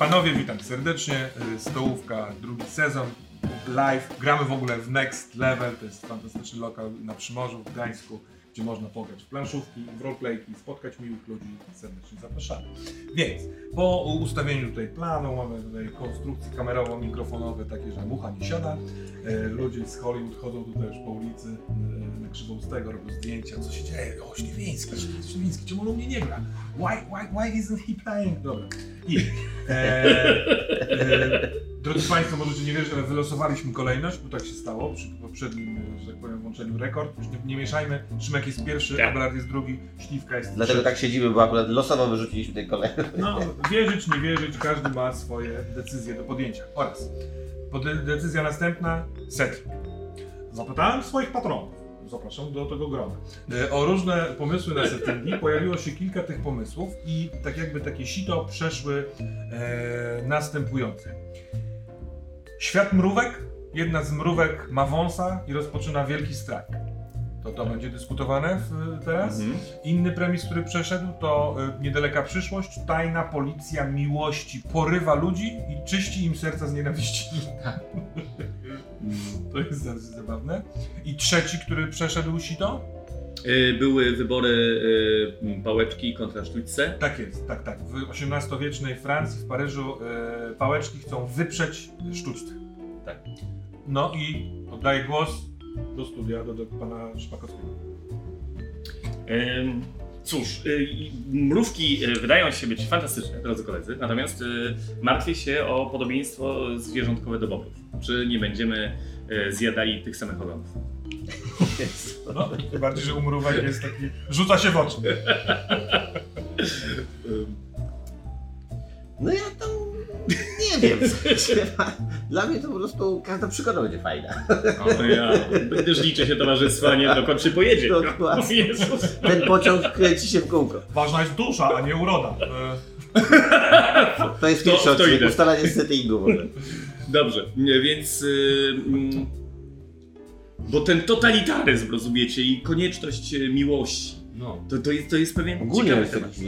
Panowie, witam serdecznie. Stołówka, drugi sezon. Live. Gramy w ogóle w Next Level. To jest fantastyczny lokal na Przymorzu w Gdańsku, gdzie można pograć w planszówki, w roleplayki, spotkać miłych ludzi. Serdecznie zapraszamy. Więc po ustawieniu tutaj planu mamy tutaj konstrukcje kamerowo-mikrofonowe takie, że mucha nie siada. Ludzie z Hollywood chodzą tutaj już po ulicy na Krzywoustego, robią zdjęcia. Co się dzieje? O, Śliwiński, czemu on u mnie nie gra? Why isn't he playing? Dobra. Drodzy Państwo, możecie nie wierzyć, ale wylosowaliśmy kolejność, bo tak się stało przy poprzednim, że tak powiem, włączeniu rekord. Już nie mieszajmy, Szymek jest pierwszy, Abelard jest drugi, Śliwka jest Dlatego trzeci. tak siedzimy, bo akurat losowo wyrzuciliśmy tej kolejnej. No, wierzyć, nie wierzyć, każdy ma swoje decyzje do podjęcia. Oraz decyzja następna, setting. Zapytałem swoich patronów, zapraszam do tego grona, o różne pomysły na settingi. Pojawiło się kilka tych pomysłów i tak jakby takie sito przeszły następujące. Świat mrówek, jedna z mrówek ma wąsa i rozpoczyna wielki strajk. To będzie dyskutowane teraz. Inny premis, który przeszedł, to niedaleka przyszłość. Tajna policja miłości porywa ludzi i czyści im serca z nienawiści. To jest zabawne. I trzeci, który przeszedł sito? Były wybory pałeczki kontra sztućce. Tak jest, tak. W XVIII-wiecznej Francji, w Paryżu pałeczki chcą wyprzeć sztućce. Tak. No i oddaję głos do studia, do pana Szpakowskiego. Cóż, mrówki wydają się być fantastyczne, drodzy koledzy, natomiast martwię się o podobieństwo zwierzątkowe do bobrów. Czy nie będziemy zjadali tych samych ogonów? No, tym bardziej, że u mrówek jest taki... rzuca się w oczy. No ja tam nie wiem. Dla mnie to po prostu każda przygoda będzie fajna. O, ja też liczę się towarzystwa, nie dokąd się pojedzie. Dokładnie. Jezus. Ten pociąg kręci się w kółko. Ważna jest dusza, a nie uroda. To jest pierwszy odcinek, ustalanie settingu. Dobrze, więc... bo ten totalitaryzm, rozumiecie, i konieczność miłości, no. to jest pewien Ogólnie ciekawy jest temat.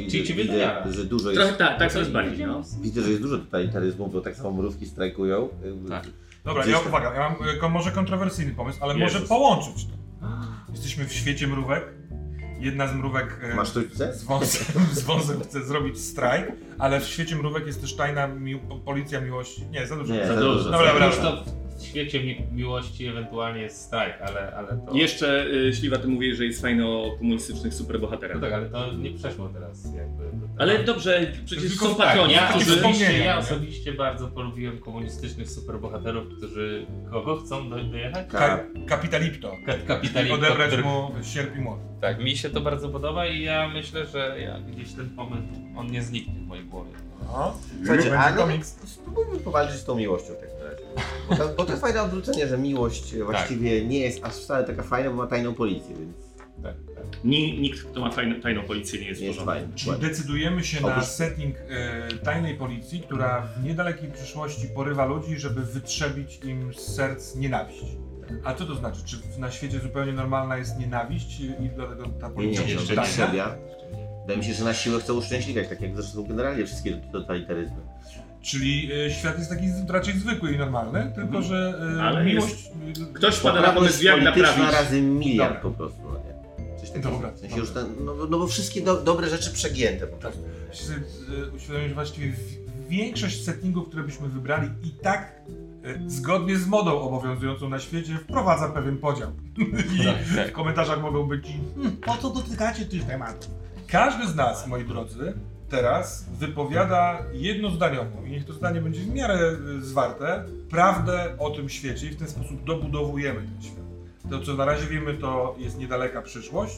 że dużo jest... Trochę tak coraz bardziej, no. Widzę, że jest dużo totalitaryzmu, bo tak samo mrówki strajkują. Tak. Dobra, ja mam może kontrowersyjny pomysł, ale Jezus. może połączyć to. Jesteśmy w świecie mrówek. Jedna z mrówek Masz sztućce? z wąsem chce zrobić strajk, ale w świecie mrówek jest też tajna policja miłości. Nie, za dużo. Nie, za dużo. Dobra. Już to w świecie miłości ewentualnie jest strajk, ale to... Jeszcze Śliwa, ty mówisz, że jest fajny o komunistycznych superbohaterach. No tak, ale to nie przeszło teraz jakby... Ale dobrze, przecież Tylko są tak, patroni, Ja którzy... osobiście bardzo polubiłem komunistycznych superbohaterów, którzy kogo chcą dojechać? Kapitalipto. Kapitalizm. Odebrać mu sierp i młot. Tak, mi się to bardzo podoba i ja myślę, że gdzieś ten pomysł, on nie zniknie w mojej głowie. Słuchajcie, Będzie komiks. spróbujmy powalczyć z tą miłością w takim razie. Bo to jest fajne odwrócenie, że miłość właściwie nie jest aż wcale taka fajna, bo ma tajną policję, więc... Tak. Nikt, kto ma tajną policję, nie jest w porządku. fajny. Czyli decydujemy się na setting tajnej policji, która w niedalekiej przyszłości porywa ludzi, żeby wytrzebić im z serc nienawiść. A co to znaczy? Czy na świecie zupełnie normalna jest nienawiść i dlatego ta policja Nie, jest to tajna? seria. Wydaje mi się, że na siłę chcą uszczęśliwiać, tak jak zresztą generalnie wszystkie totalitaryzmy. Czyli świat jest taki raczej zwykły i normalny, tylko że Ale miłość... Ktoś wpada na pomysł, jak naprawić. Razy miliard Dobra. po prostu, no nie? Coś takiego. Dobra, W sensie dobra. już bo wszystkie dobre rzeczy przegięte po prostu. Uświadomić, że właściwie większość settingów, które byśmy wybrali i tak zgodnie z modą obowiązującą na świecie wprowadza pewien podział. I w komentarzach mogą być po co dotykacie tych tematów? Każdy z nas, moi drodzy, teraz wypowiada jednozdaniową i niech to zdanie będzie w miarę zwarte, prawdę o tym świecie i w ten sposób dobudowujemy ten świat. To, co na razie wiemy, to jest niedaleka przyszłość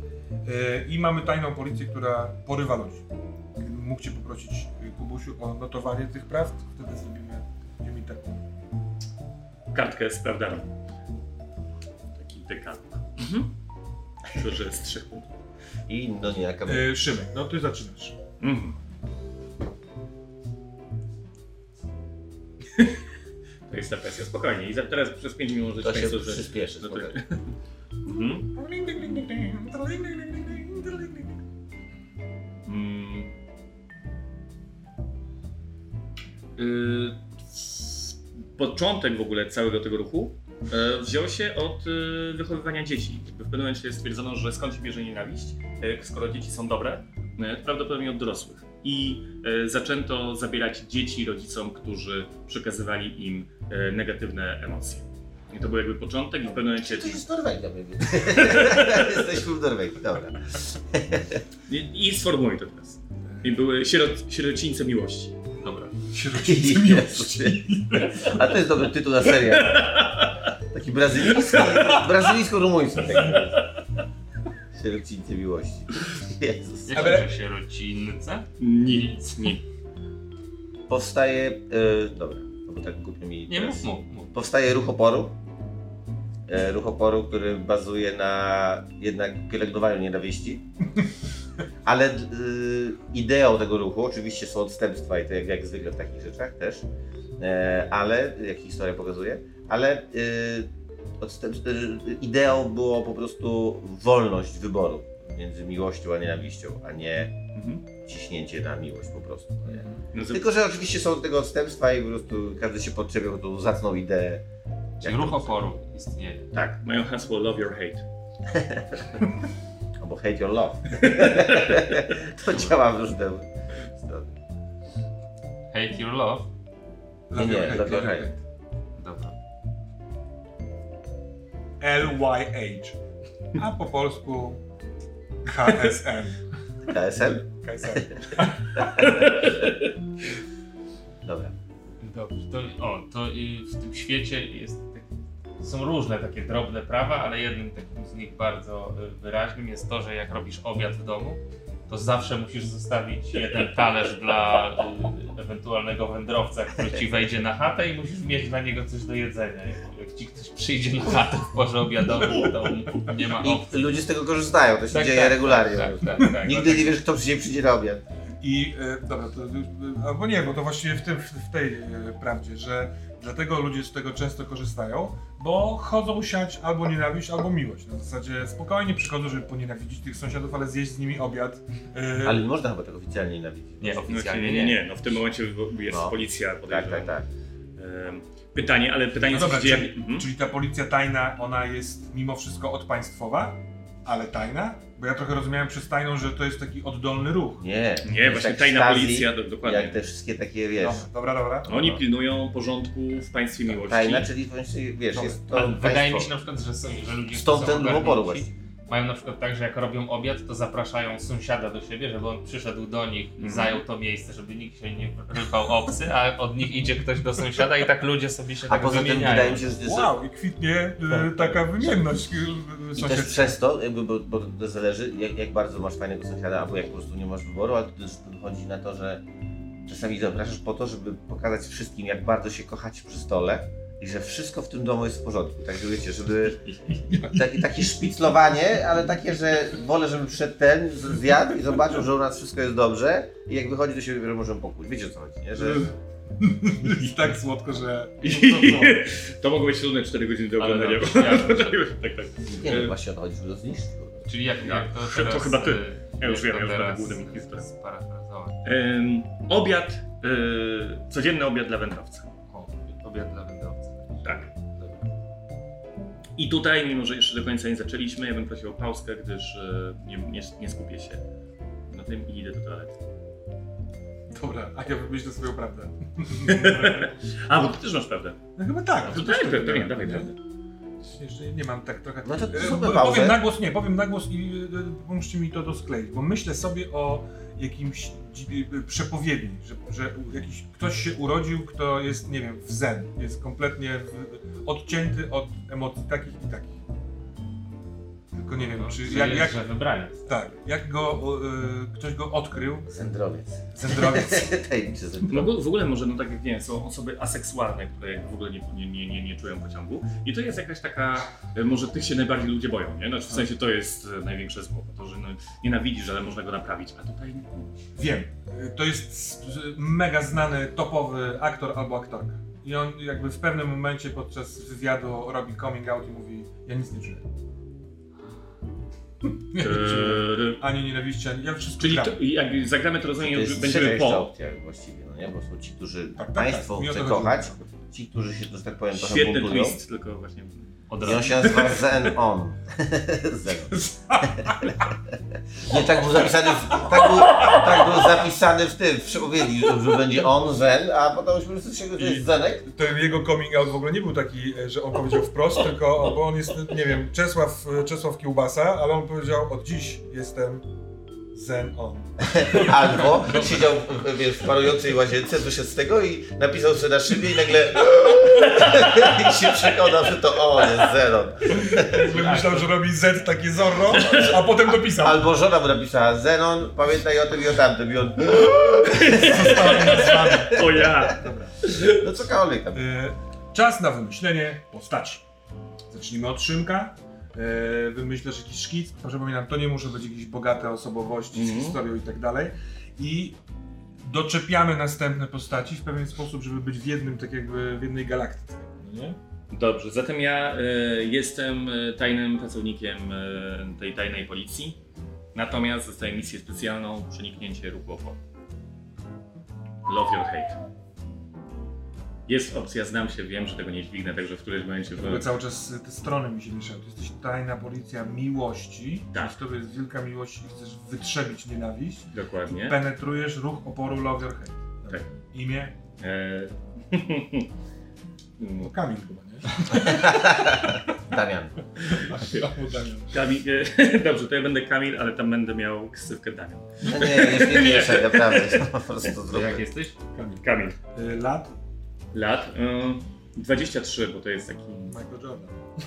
i mamy tajną policję, która porywa ludzi. Gdybym mógł Cię poprosić, Kubusiu, o notowanie tych prawd, wtedy zrobimy taką Kartkę z prawdami. Taki dekad. To, że jest 3 punktów. I no nie, jaka... Szymek, no Ty zaczynasz. To jest ta presja, spokojnie. I teraz przez 5 minut możecie To się Państwo, że... przyspieszy. No to- spokojnie. początek w ogóle całego tego ruchu wziął się od wychowywania dzieci. W pewnym momencie stwierdzono, że skąd się bierze nienawiść, skoro dzieci są dobre, to prawdopodobnie od dorosłych. I zaczęto zabierać dzieci rodzicom, którzy przekazywali im negatywne emocje. I to był jakby początek i w pewnym momencie... To jest Norwegia, jesteśmy w Norwegii, dobra. I sformułuj to teraz. I były sierocińce miłości. Dobra. Sierocińcy miłości. A to jest dobry tytuł na serial. Taki brazylijsko-rumuński. Sierocińce miłości. Jezus. Jak to sierocince? Nic. Nie. Powstaje... dobra, no bo tak głupio mi... Nie teraz- mów. Powstaje ruch oporu. Ruch oporu, który bazuje na jednak pielęgnowaniu nienawiści. Ale ideą tego ruchu, oczywiście są odstępstwa i to jak zwykle w takich rzeczach też, ale, jak historia pokazuje, ale ideą było po prostu wolność wyboru między miłością a nienawiścią, a nie ciśnięcie na miłość po prostu. Nie? Tylko, że oczywiście są do tego odstępstwa i po prostu każdy się podczepiał tą zacną ideę. Czyli ruch oporu istnieje. Tak. Mają hasło Love Your Hate. Albo Hate Your Love. To działa w różne strony. Hate your love? Nie, Love Your Hate. Dobra. LYH. A po polsku KSM. KSM? KSM. Dobrze, Dobra. to i w tym świecie są różne takie drobne prawa, ale jednym takim z nich bardzo wyraźnym jest to, że jak robisz obiad w domu, to zawsze musisz zostawić jeden talerz dla ewentualnego wędrowca, który ci wejdzie na chatę i musisz mieć dla niego coś do jedzenia. Jak ci ktoś przyjdzie na chatę w porze obiadowej, to nie ma opcji. I ludzie z tego korzystają, to się dzieje regularnie. Tak, Nigdy nie wiesz, kto przyjdzie na obiad. I dobra, albo nie, bo to właściwie w tej prawdzie, że dlatego ludzie z tego często korzystają, bo chodzą siać albo nienawiść, albo miłość. Na zasadzie spokojnie przychodzą, żeby ponienawidzić tych sąsiadów, ale zjeść z nimi obiad. Ale nie można chyba tak oficjalnie nienawidzić. Nie, oficjalnie Nie, no w tym momencie jest policja podejrzana. Tak. Pytanie No dobra, co się dzieje... czyli ta policja tajna, ona jest mimo wszystko odpaństwowa, ale tajna? Bo ja trochę rozumiałem przez tajną, że to jest taki oddolny ruch. Nie, właśnie jak tajna Stasi, policja, dokładnie. Jak te wszystkie takie, wiesz... Dobra. Oni pilnują porządku w państwie miłości. Tajna, czyli wiesz, Dobra. jest to Ale wydaje państwo. mi się na przykład, że ludzie, Stąd którzy są ten oporu ogarnięci, mają na przykład tak, że jak robią obiad, to zapraszają sąsiada do siebie, żeby on przyszedł do nich i zajął to miejsce, żeby nikt się nie rypał obcy, a od nich idzie ktoś do sąsiada i tak ludzie sobie się A tak poza tym wymieniają. wydaje mi się, że Wow, i kwitnie taka wymienność i też sąsiedzka. przez to, jakby, bo to zależy, jak bardzo masz fajnego sąsiada, albo jak po prostu nie masz wyboru, ale to też chodzi na to, że czasami zapraszasz po to, żeby pokazać wszystkim, jak bardzo się kochacie przy stole i że wszystko w tym domu jest w porządku. Tak, wiecie, żeby takie szpiclowanie, ale takie, że wolę, żeby przyszedł ten, zjadł i zobaczył, że u nas wszystko jest dobrze i jak wychodzi do siebie, że możemy pokój. Wiecie o co chodzi, nie? Że... Jest tak słodko, że... To mogą być trudne 4 godziny do Ale oglądania. dobrze, jasne. Tak. Nie wiem, właśnie o to chodzi, żeby to zniszczyć. Czyli jak to To teraz... chyba ty. Ja już jak wiem, to ja już będę teraz głównym inkwisitorem. sparafrazować. Obiad, codzienny obiad dla wędrowca. O, obiad dla wędrowca. Tak. Dobra. I tutaj, mimo że jeszcze do końca nie zaczęliśmy, ja bym prosił o pauzkę, gdyż nie skupię się na tym i idę do toalety. Dobra, a ja wymyślę swoją prawdę. A, bo ty też masz prawdę. No chyba tak. No to dawaj prawdę. Jeszcze nie mam tak trochę... No to zróbmy pauzę. Powiem na głos i pomóżcie mi to doskleić, bo myślę sobie o jakimś przepowiedni, że ktoś się urodził, kto jest, nie wiem, w zen, jest kompletnie odcięty od emocji takich i takich. Tylko nie wiem, czy jak że wybraniec. tak, jak ktoś go odkrył. Zędrowiec. Zędrowiec. Tajemniczy No zędrowiec. bo w ogóle może, no tak jak nie, są osoby aseksualne, które w ogóle nie czują pociągu. I to jest jakaś taka, może tych się najbardziej ludzie boją, nie? Znaczy w sensie to jest największe zło, to, że nienawidzisz, ale można go naprawić, a tutaj nie. Wiem, to jest mega znany, topowy aktor albo aktorka. I on jakby w pewnym momencie podczas wywiadu robi coming out i mówi: ja nic nie czuję. Ani nienawiści, ani... Ja wszystko Czyli gram. to, jak zagramy to rozumiem, To jest będziemy trzecia jeszcze po. opcja właściwie, no nie? Bo są ci, którzy Tak, państwo mi o to chce chodziło. kochać, ci, którzy się, że tak powiem, trochę Świetny buntują. twist, tylko właśnie od I razu. on się nazywa Zen On. Zen. Nie, tak był zapisany tak był zapisany w tym, w przepowiedni, że będzie on, Zen, a potem już po prostu się to jest Zenek. To jego coming out w ogóle nie był taki, że on powiedział wprost, tylko, bo on jest, nie wiem, Czesław Kiełbasa, ale on powiedział, od dziś jestem Zen On. Albo siedział wiesz, w parującej łazience, wyszedł z tego i napisał sobie na szybie i nagle i się przekonał, że to on jest Zen On. Myślał, że robi Z takie Zorro, a potem dopisał. Albo żona mu napisała Zenon, pamiętaj o tym i o tamtym i on Zostałem nazwany. O ja! no cokolwiek tam. Czas na wymyślenie postaci. Zacznijmy od Szymka. Wymyślasz jakiś szkic. Przypominam, to nie muszą być jakieś bogate osobowości z historią i tak dalej. I doczepiamy następne postaci w pewien sposób, żeby być w jednym, tak jakby w jednej galaktyce. No nie? Dobrze, zatem ja jestem tajnym pracownikiem tej tajnej policji. Natomiast dostaję misję specjalną, przeniknięcie ruchu oporu. Love your hate. Jest opcja, znam się, wiem, że tego nie dźwignę, także w którymś momencie... W ogóle cały czas te strony mi się mieszają. Ty jesteś tajna policja miłości. Tak. Jeśli tobie jest wielka miłość i chcesz wytrzebić nienawiść, Dokładnie. penetrujesz ruch oporu Love Your Hate. Dobra. Tak. Imię? To Kamil chyba, nie? Damian. Albo Damian. Kamil, dobrze, to ja będę Kamil, ale tam będę miał ksywkę Damian. No nie, już nie mieszaj, naprawdę. Po prostu To zrób. jak jesteś? Kamil. Lat? Lat? 23, bo to jest taki... Michael Jordan.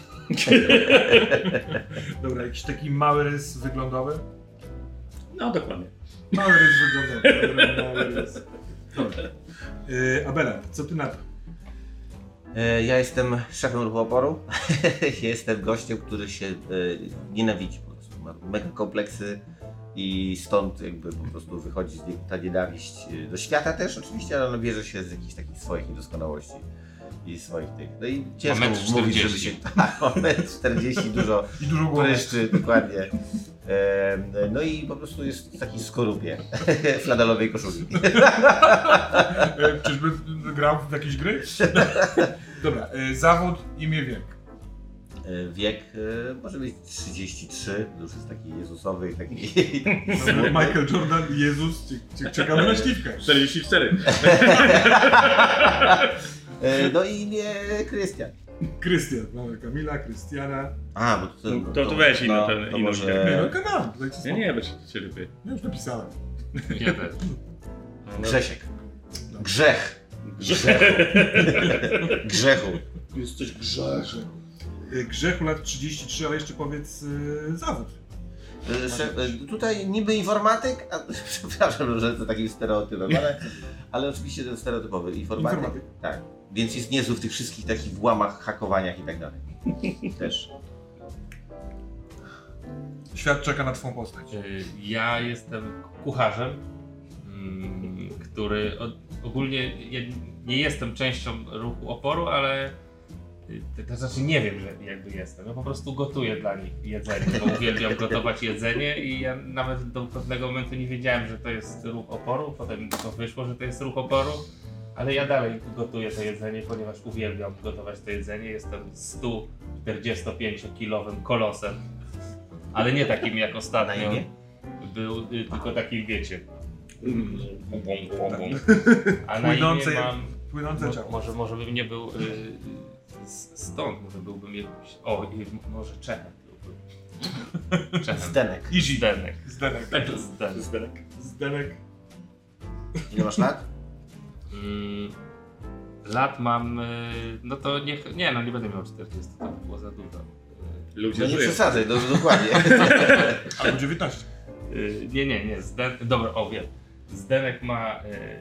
Dobra, jakiś taki mały rys wyglądowy? No, dokładnie. Mały rys wyglądowy. Dobra, mały rys. Dobra. Abela, co ty na to? Ja jestem szefem ruchu oporu. Jestem gościem, który się nienawidzi po prostu. Ma mega kompleksy i stąd jakby po prostu wychodzi z niego ta nienawiść do świata też oczywiście, ale ona bierze się z jakichś takich swoich niedoskonałości i swoich tych. No i ciężko Moment mówić, żeby 40. się... Tak, moment 40, dużo I dużo głowy. pryszczy, dokładnie. No i po prostu jest w takiej skorupie flanelowej koszuli. Czyżby grał w jakieś gry? Dobra, zawód, imię, wiek. Wiek może być 33, to już jest taki jezusowy, taki... Michael Jordan, Jezus, czekamy na śliwkę. 44. No i imię Krystian. Krystian, mamy Kamila, Krystiana. A, bo To weź inną no, pewnie, to inną może... Nie, no come on, tutaj ci Nie, bo cię lubię. Ja już napisałem. Ja też. Grzesiek. Grzech. Grzechu. Jesteś Grzechu. Grzechu lat 33, ale jeszcze powiedz zawód. Tutaj niby informatyk, a przepraszam, że to takim stereotypem, ale oczywiście ten stereotypowy informatyk. Tak. Więc jest niezły w tych wszystkich takich włamach, hakowaniach i tak dalej. Też. Świat czeka na twą postać. Ja jestem kucharzem, który ogólnie ja nie jestem częścią ruchu oporu, ale to znaczy nie wiem, że jakby jestem. Ja po prostu gotuję dla nich jedzenie, bo uwielbiam gotować jedzenie i ja nawet do pewnego momentu nie wiedziałem, że to jest ruch oporu, potem to wyszło, że to jest ruch oporu, ale ja dalej gotuję to jedzenie, ponieważ uwielbiam gotować to jedzenie. Jestem 145-kilowym kolosem, ale nie takim jak ostatnio. Na imię? Był tylko takim, wiecie. A na Płynące, imię mam... płynące ciało. Może bym nie był stąd, może byłbym jakiś... może Czechem byłbym. Czechem. Zdenek. Easy. Zdenek. Zdenek. Zdenek. Zdenek. Ile masz lat? Lat mam... No to nie będę miał 40, to by było za dużo. Ludzie No nie żyją. przesadzaj, dokładnie. Albo 19. Nie. Dobra, wiem. Zdenek ma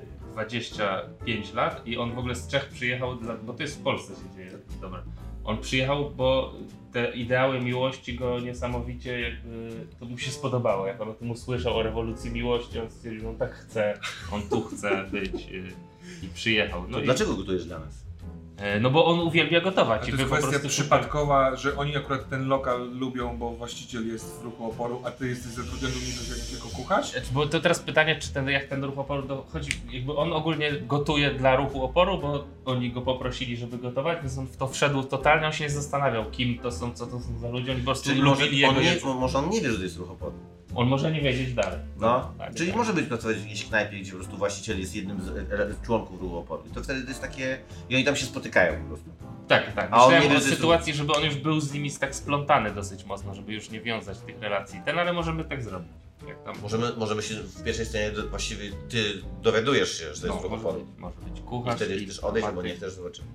25 lat i on w ogóle z Czech przyjechał, bo to jest w Polsce się dzieje. Dobra. On przyjechał, bo te ideały miłości go niesamowicie jakby, to mu się spodobało. Jak on o tym usłyszał, o rewolucji miłości, on stwierdził, że on tak chce, on tu chce być i przyjechał. No Dlaczego gotujesz dla nas? No bo on uwielbia gotować. A i to wy jest po kwestia prostu przypadkowa, że oni akurat ten lokal lubią, bo właściciel jest w ruchu oporu, a ty jesteś zatrudniony jako kucharz? Bo to teraz pytanie, czy jak ten ruch oporu dochodzi, jakby on ogólnie gotuje dla ruchu oporu, bo oni go poprosili, żeby gotować, więc on w to wszedł totalnie, on się nie zastanawiał, kim to są, co to są za ludzie, oni po prostu Czyli lubili jego jedzenie. może on nie wie, że to jest ruch oporu. On może nie wiedzieć dalej. No, Tak, czyli tak. może być pracować w jakiejś knajpie, gdzie po prostu właściciel jest jednym z członków ruchu oporu. I to wtedy to jest takie... I oni tam się spotykają po prostu. Tak. A on Myślałem nie wie, o że jest sytuacji, żeby on już był z nimi tak splątany dosyć mocno, żeby już nie wiązać tych relacji. Ale możemy tak zrobić. Jak tam Możemy się w pierwszej scenie właściwie ty dowiadujesz się, że to jest ruch oporu. może być I kucharz. wtedy chcesz odejść, albo Matej. nie chcesz, zobaczymy.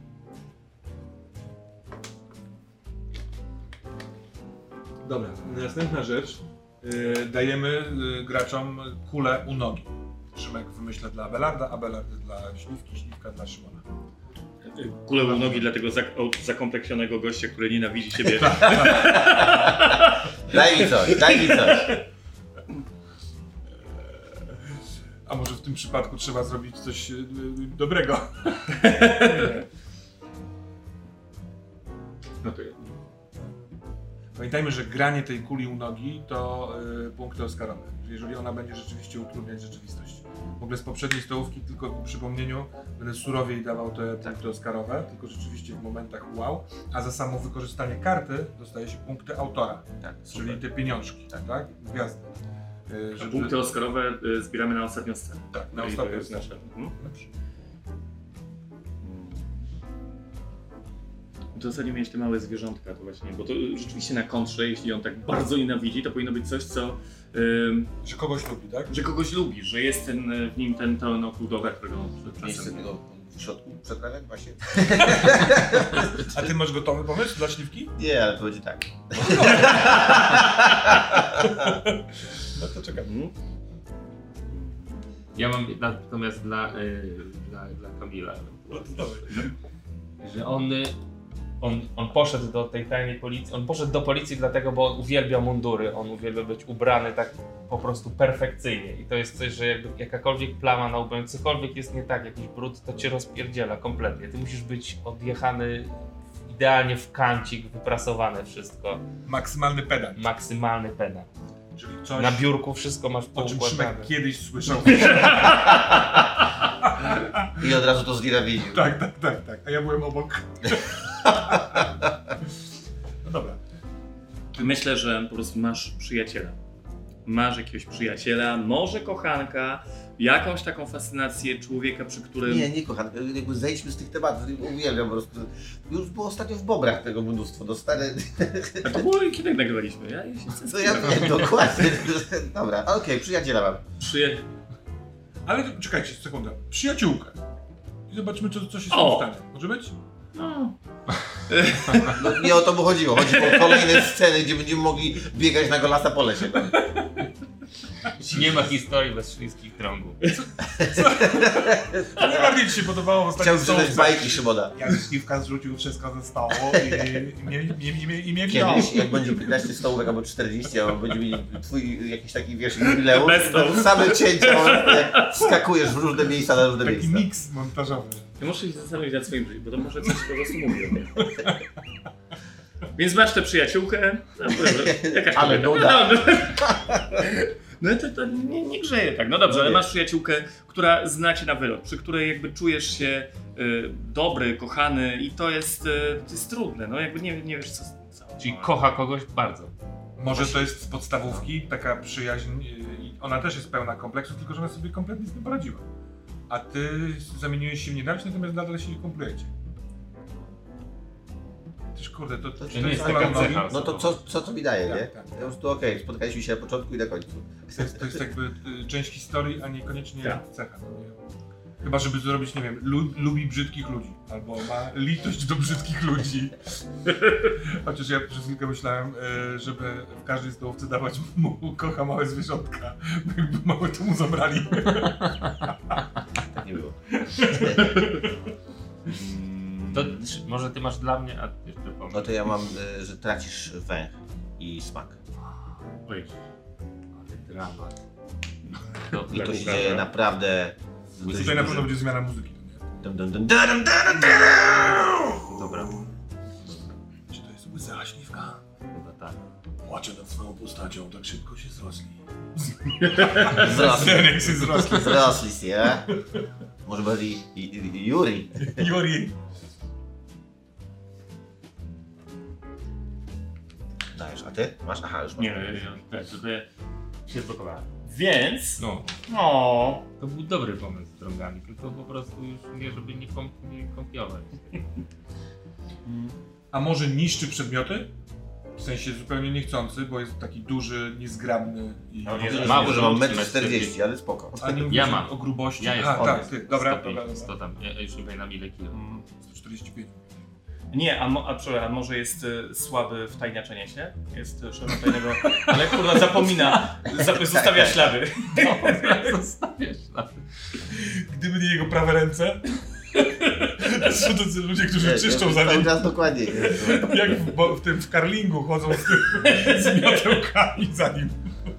Dobra, następna rzecz. Dajemy graczom kulę u nogi. Szymek wymyśla dla Abelarda, Abelard dla Śliwki, Śliwka dla Szymona. Kulę u nogi dla tego zakompleksionego gościa, który nienawidzi siebie. Daj mi coś. A może w tym przypadku trzeba zrobić coś dobrego? No to Pamiętajmy, że granie tej kuli u nogi to punkty Oscarowe, jeżeli ona będzie rzeczywiście utrudniać rzeczywistość. W ogóle z poprzedniej stołówki, tylko w przypomnieniu, będę surowiej dawał te punkty Oscarowe, tylko rzeczywiście w momentach wow, a za samo wykorzystanie karty dostaje się punkty autora, Tak, czyli te pieniążki, tak? Gwiazdy. punkty Oscarowe zbieramy na ostatnią scenę. Tak, na I to ostatnią jest scenę. nasze. W zasadzie mieć te małe zwierzątka to właśnie, bo to rzeczywiście na kontrze, jeśli on tak bardzo nienawidzi, to powinno być coś, co... Że kogoś lubi, tak? że kogoś lubi, że jest w nim ten okrudowe, którego Miejsce czasem... tego w środku przetrawiać właśnie? A ty masz gotowy pomysł dla Śliwki? Nie, ale to będzie tak. No to czekam. Ja mam natomiast dla Kamila, No to dawaj. że on poszedł do tej tajnej policji, on poszedł do policji dlatego, bo on uwielbia mundury, on uwielbia być ubrany tak po prostu perfekcyjnie i to jest coś, że jakby jakakolwiek plama na ubraniu, cokolwiek jest nie tak, jakiś brud, to cię rozpierdziela kompletnie. Ty musisz być odjechany idealnie w kancik, wyprasowane wszystko, Maksymalny pedał. maksymalny pedał. Czyli coś, Na biurku wszystko masz o czym poukładane. Szymek kiedyś słyszał. I od razu to znienawidził. Tak. A ja byłem obok. No dobra. Myślę, że po prostu masz przyjaciela. Masz jakiegoś przyjaciela, może kochanka, jakąś taką fascynację człowieka, przy którym... Nie kocham, jakby zejdźmy z tych tematów, uwielbiam po prostu. Już było ostatnio w Bobrach tego mnóstwo, no stary... A to było kiedy nagrywaliśmy? Ja się No ja wiem, dokładnie. Dobra, okej, przyjaciela mam. Ale czekajcie, sekundę. Przyjaciółkę. I zobaczmy, co się z O! tym stanie. Może być? No. No, nie o to mu chodziło, chodzi o kolejne sceny, gdzie będziemy mogli biegać na golasa po lesie. Nie ma historii bez śliskich trągów. To najbardziej ci się podobało w Chciał ostatnim zrzeć bajki Szymona. Jak Śliwka zrzucił wszystko ze stołu i mnie wziął. Kiedyś, jak będzie 15 stołówek albo 40, a będzie mieli twój jakiś taki, wiesz, jubileusz, Bez stołów. same cięcia, jak wskakujesz w różne miejsca na różne Taki miejsca. miks montażowy. Ja muszę się zastanowić nad swoim życiem, bo to może coś po prostu mówi o tym. Więc masz tę przyjaciółkę, no, jakaś Ale kobieta. nuda. No to nie grzeje tak. No dobrze, ale masz przyjaciółkę, która zna cię na wylot, przy której jakby czujesz się dobry, kochany i to jest trudne, no jakby nie wiesz co. Czyli kocha kogoś bardzo. Może to jest z podstawówki taka przyjaźń, ona też jest pełna kompleksów, tylko że ona sobie kompletnie z tym poradziła. A ty zamieniłeś się w nienawiść, natomiast nadal się nie komplujecie. Też kurde, to nie jest kula taka u nogi. cecha. No to co to mi daje, nie? Tak. Po prostu okej, spotkaliśmy się na początku i na końcu. To jest jakby część historii, a niekoniecznie Tak. cecha. No nie? Chyba, żeby zrobić, nie wiem, lubi brzydkich ludzi, albo ma litość do brzydkich ludzi. Chociaż ja przez chwilkę myślałem, żeby w każdej stołówce dawać mu kocha małe zwierzątka, bo jakby małe to mu zabrali. Tak nie było. To może ty masz dla mnie, a jeszcze powiem. No to ja mam, że tracisz węch i smak. Oj. Ale dramat. I to się dzieje naprawdę... Tutaj na pewno będzie zmiana muzyki. Dobra, Czy to jest łysa śliwka? chyba tak. Płacze nad swoją postacią, tak szybko się zrosli. Zrosli. się zrosli. Zrosli się. Może bardziej Juri. Juri. Dajesz, a ty? Masz? Aha, już masz. Nie, tylko ja się zblokowałem. Więc... No, to był dobry pomysł z drogami, tylko po prostu już nie, żeby nie kąpiować. A może niszczy przedmioty? W sensie zupełnie niechcący, bo jest taki duży, niezgrabny i... No, nie, Mało, że mam Metr 1,40 m, ale spoko. A nie Ja mówisz mam. o grubości? Ja Aha, jestem. tak, ty. Dobra, 100 tam, ja już nie pamiętam ile kilo. 145. Nie, a może jest słaby w tajniaczenie się? Jest szefem tajnego, ale kurwa zapomina, zostawia ślady. Zostawiasz ślady. Gdyby nie jego prawe ręce, to są tacy ludzie, którzy czyszczą za Cały nim. czas dokładnie. Jak w karlingu chodzą z miotełkami za nim.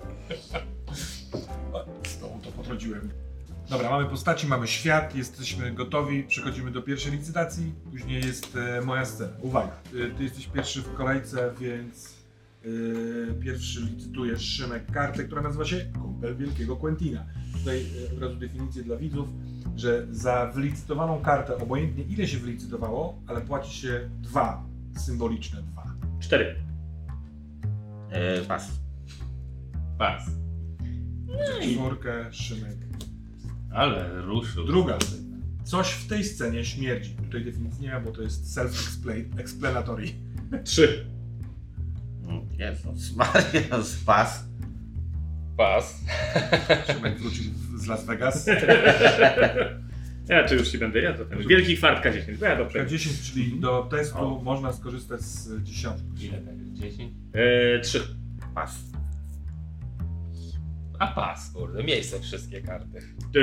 Znowu to potrodziłem. Dobra, mamy postaci, mamy świat, jesteśmy gotowi, przechodzimy do pierwszej licytacji, później jest moja scena. Uwaga, ty jesteś pierwszy w kolejce, więc pierwszy licytujesz Szymek kartę, która nazywa się Kumpel Wielkiego Quentina. Tutaj od razu definicję dla widzów, że za wylicytowaną kartę, obojętnie ile się wylicytowało, ale płaci się 2, symboliczne 2. 4. Pas. Pas. Czwórkę, Szymek. Ale ruszył. Druga scena. Coś w tej scenie śmierdzi. Tutaj definicji nie ma, bo to jest self-explanatory. 3. Jezus Maria, pas. Pas. Szymek wrócił z Las Vegas. Ja czy już ci będę ja to ten. Wielki kwartka 10, bo ja to przejdę. 10, czyli do testu O. można skorzystać z 10. Ile tak jest? 10? 3. Pas. A pas, kurde, miejsce wszystkie karty.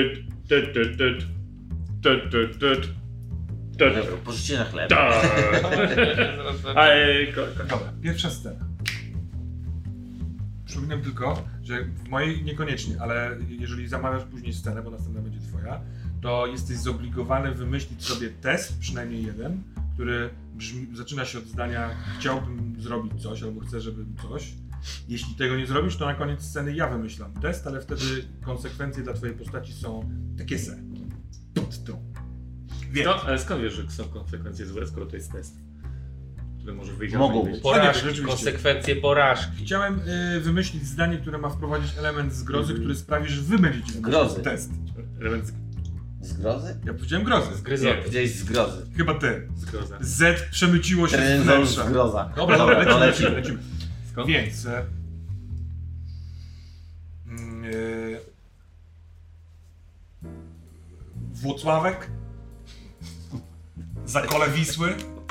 Pożycie na chleb. Dobra, pierwsza scena. Przypominam tylko, że w mojej niekoniecznie, ale jeżeli zamawiasz później scenę, bo następna będzie twoja, to jesteś zobligowany wymyślić sobie test, przynajmniej jeden, który zaczyna się od zdania chciałbym zrobić coś, albo chcę, żebym coś. Jeśli tego nie zrobisz, to na koniec sceny ja wymyślam test, ale wtedy konsekwencje dla twojej postaci są takie se. Więc, Ale skąd wiesz, że są konsekwencje złe, skoro to jest test? Które może wyjść Mogą albo nie być. wyjść? Porażki, rzeczywiście. konsekwencje porażki. chciałem wymyślić zdanie, które ma wprowadzić element zgrozy, który sprawi, że wy będziecie Zgrozy. test. Element Zgrozy? Ja powiedziałem grozy. Zgryzoty. Powiedziałeś zgrozy. Chyba ty. zgroza. Z przemyciło się z Trenzol wnętrza. zgroza. Dobra, to lecimy. Skąd? Więc... Włocławek. Zakole Wisły.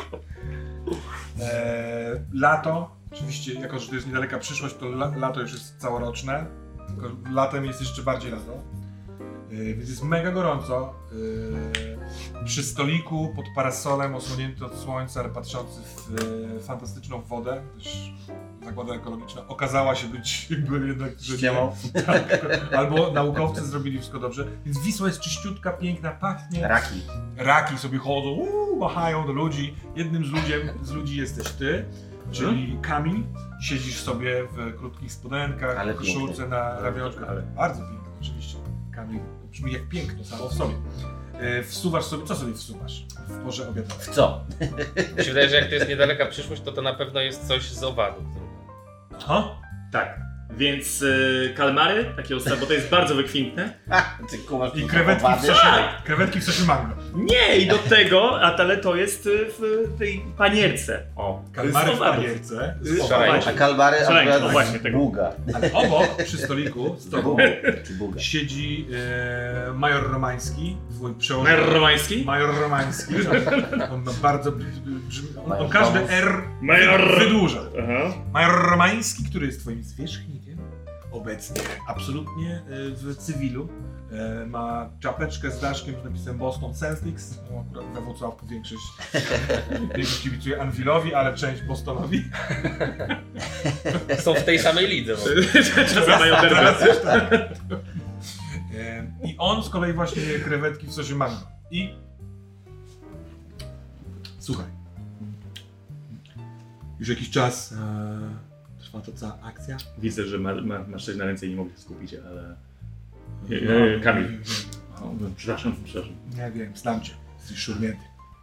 Lato. Oczywiście, jako że to jest niedaleka przyszłość, to lato już jest całoroczne. Tylko latem jest jeszcze bardziej lato. Więc jest mega gorąco. Przy stoliku, pod parasolem, osłonięty od słońca, ale patrzący w fantastyczną wodę. Też zagłada ekologiczna okazała się być jakby jednak... że nie. Ściemą. Tak, albo naukowcy zrobili wszystko dobrze. Więc Wisła jest czyściutka, piękna, pachnie. Raki. Raki sobie chodzą, machają do ludzi. Jednym z ludzi jesteś ty, czyli Kamil. Siedzisz sobie w krótkich spodenkach, Ale w koszulce piękny. na ramionczkach. Ale bardzo piękny, oczywiście. Kamil brzmi jak piękno samo w sobie. Wsuwasz sobie, co sobie wsuwasz w porze obiadowej? W co? Mi się wydaje, że jak to jest niedaleka przyszłość, to na pewno jest coś z owadów. Aha. Tak. Więc kalmary, takie ostre, bo to jest bardzo wykwintne. Ty kumasz I tu krewetki w owady? sosie mango. Nie, i do tego, ale to jest w tej panierce. O, Kalmary w z owadów. panierce. Szaleńcze. A kalbary Szaleńcze, akurat no właśnie, tego. buga. Ale obok, przy stoliku, z tobą, Czy buga. siedzi major Romański, twój przełożony. Major Romański? Major Romański. On ma bardzo on Major każdy Romański. R Major- wydłuża. Aha. Major Romański, który jest twoim zwierzchnikiem, obecnie absolutnie w cywilu. Ma czapeczkę z daszkiem z napisem Boston Celtics. No, akurat we Wrocławku większość kibicuje Anvilowi, ale część Bostonowi. Są w tej samej lidze. Czasem mają derby. I on z kolei właśnie je krewetki w sosie mango. I Słuchaj. Już jakiś czas trwa ta cała akcja. Widzę, że masz coś na ręce i nie mogę się skupić, ale... Kamil. Przepraszam. Nie wiem, znam cię. Jesteś szurnięty.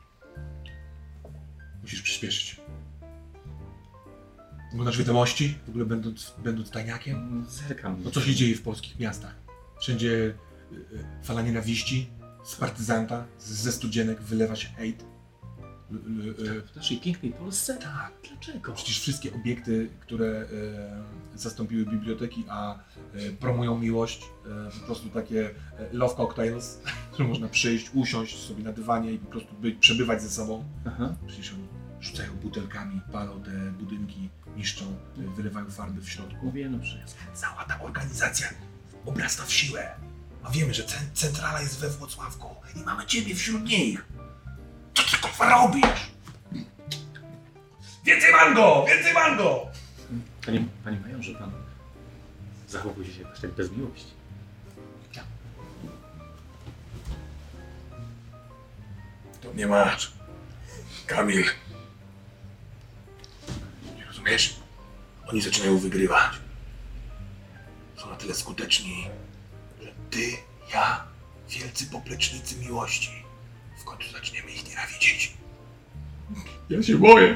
Musisz przyspieszyć. Oglądasz wiadomości? W ogóle będąc tajniakiem? Zerkam. No co się dzieje w polskich miastach? Wszędzie fala nienawiści, z partyzanta, ze studzienek wylewa się hejt. W naszej pięknej Polsce? Tak. Dlaczego? Przecież wszystkie obiekty, które zastąpiły biblioteki, a promują miłość, po prostu takie love cocktails, że można przyjść, usiąść sobie na dywanie i po prostu przebywać ze sobą. Aha. Przecież oni rzucają butelkami, palą te budynki, niszczą, wylewają farby w środku. Mówię, no przecież. Cała ta organizacja obrasta w siłę. A wiemy, że centrala jest we Włocławku i mamy ciebie wśród nich. Co ty kurwa robisz? Więcej mango! Więcej mango! Panie majorze, pan zachowuje się jakoś tak bez miłości. To nie masz. Kamil. Nie rozumiesz? Oni zaczynają wygrywać. Są na tyle skuteczni, że ty, ja, wielcy poplecznicy miłości, w końcu zaczniemy ich nienawidzić. Ja się boję.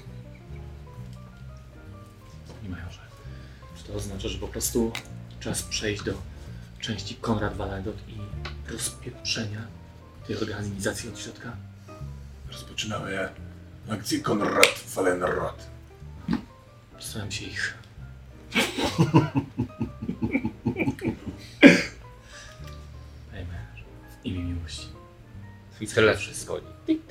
Panie majorze, czy to oznacza, że po prostu czas przejść do części Konrad Valedot i rozpieprzenia tej organizacji od środka? Rozpoczynamy akcję Konrad Valenrod. Staram się ich... Panie majorze, w imię miłości. I telefon dzwoni.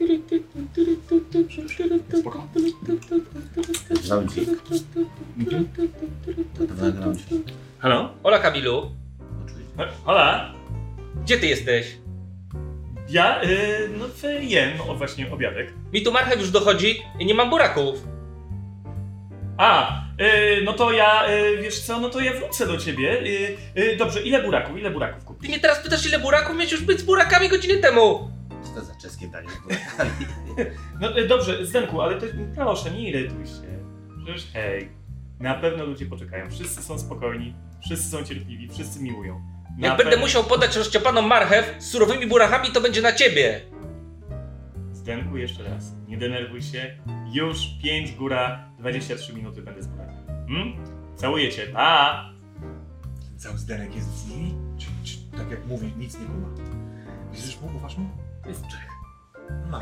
Spoko. Rządzi. Halo? Hola Kamilu, Hola? gdzie ty jesteś? Ja, jem właśnie obiadek. Mi tu marchew już dochodzi i nie mam buraków. No to ja, wiesz co, no to ja wrócę do ciebie. Dobrze, ile buraków Ty kupisz? mnie teraz pytasz ile buraków? Miałeś już być z burakami godzinę temu. Co to za czeskie danie z burakami? No dobrze, Zdenku, ale to proszę, nie irytuj się. Przecież hej, na pewno ludzie poczekają. Wszyscy są spokojni, wszyscy są cierpliwi, wszyscy miłują. Jak będę musiał podać rozciepaną marchew z surowymi burakami, to będzie na ciebie. Zdenku, jeszcze raz, nie denerwuj się. Już 5 góra, 23 minuty będę z burakami. Całuję cię, pa! Ten cały Zdenek jest z nimi? Czy tak jak mówi, nic nie kuma? Wierzysz mu? Ufasz mu? To jest Czech. No.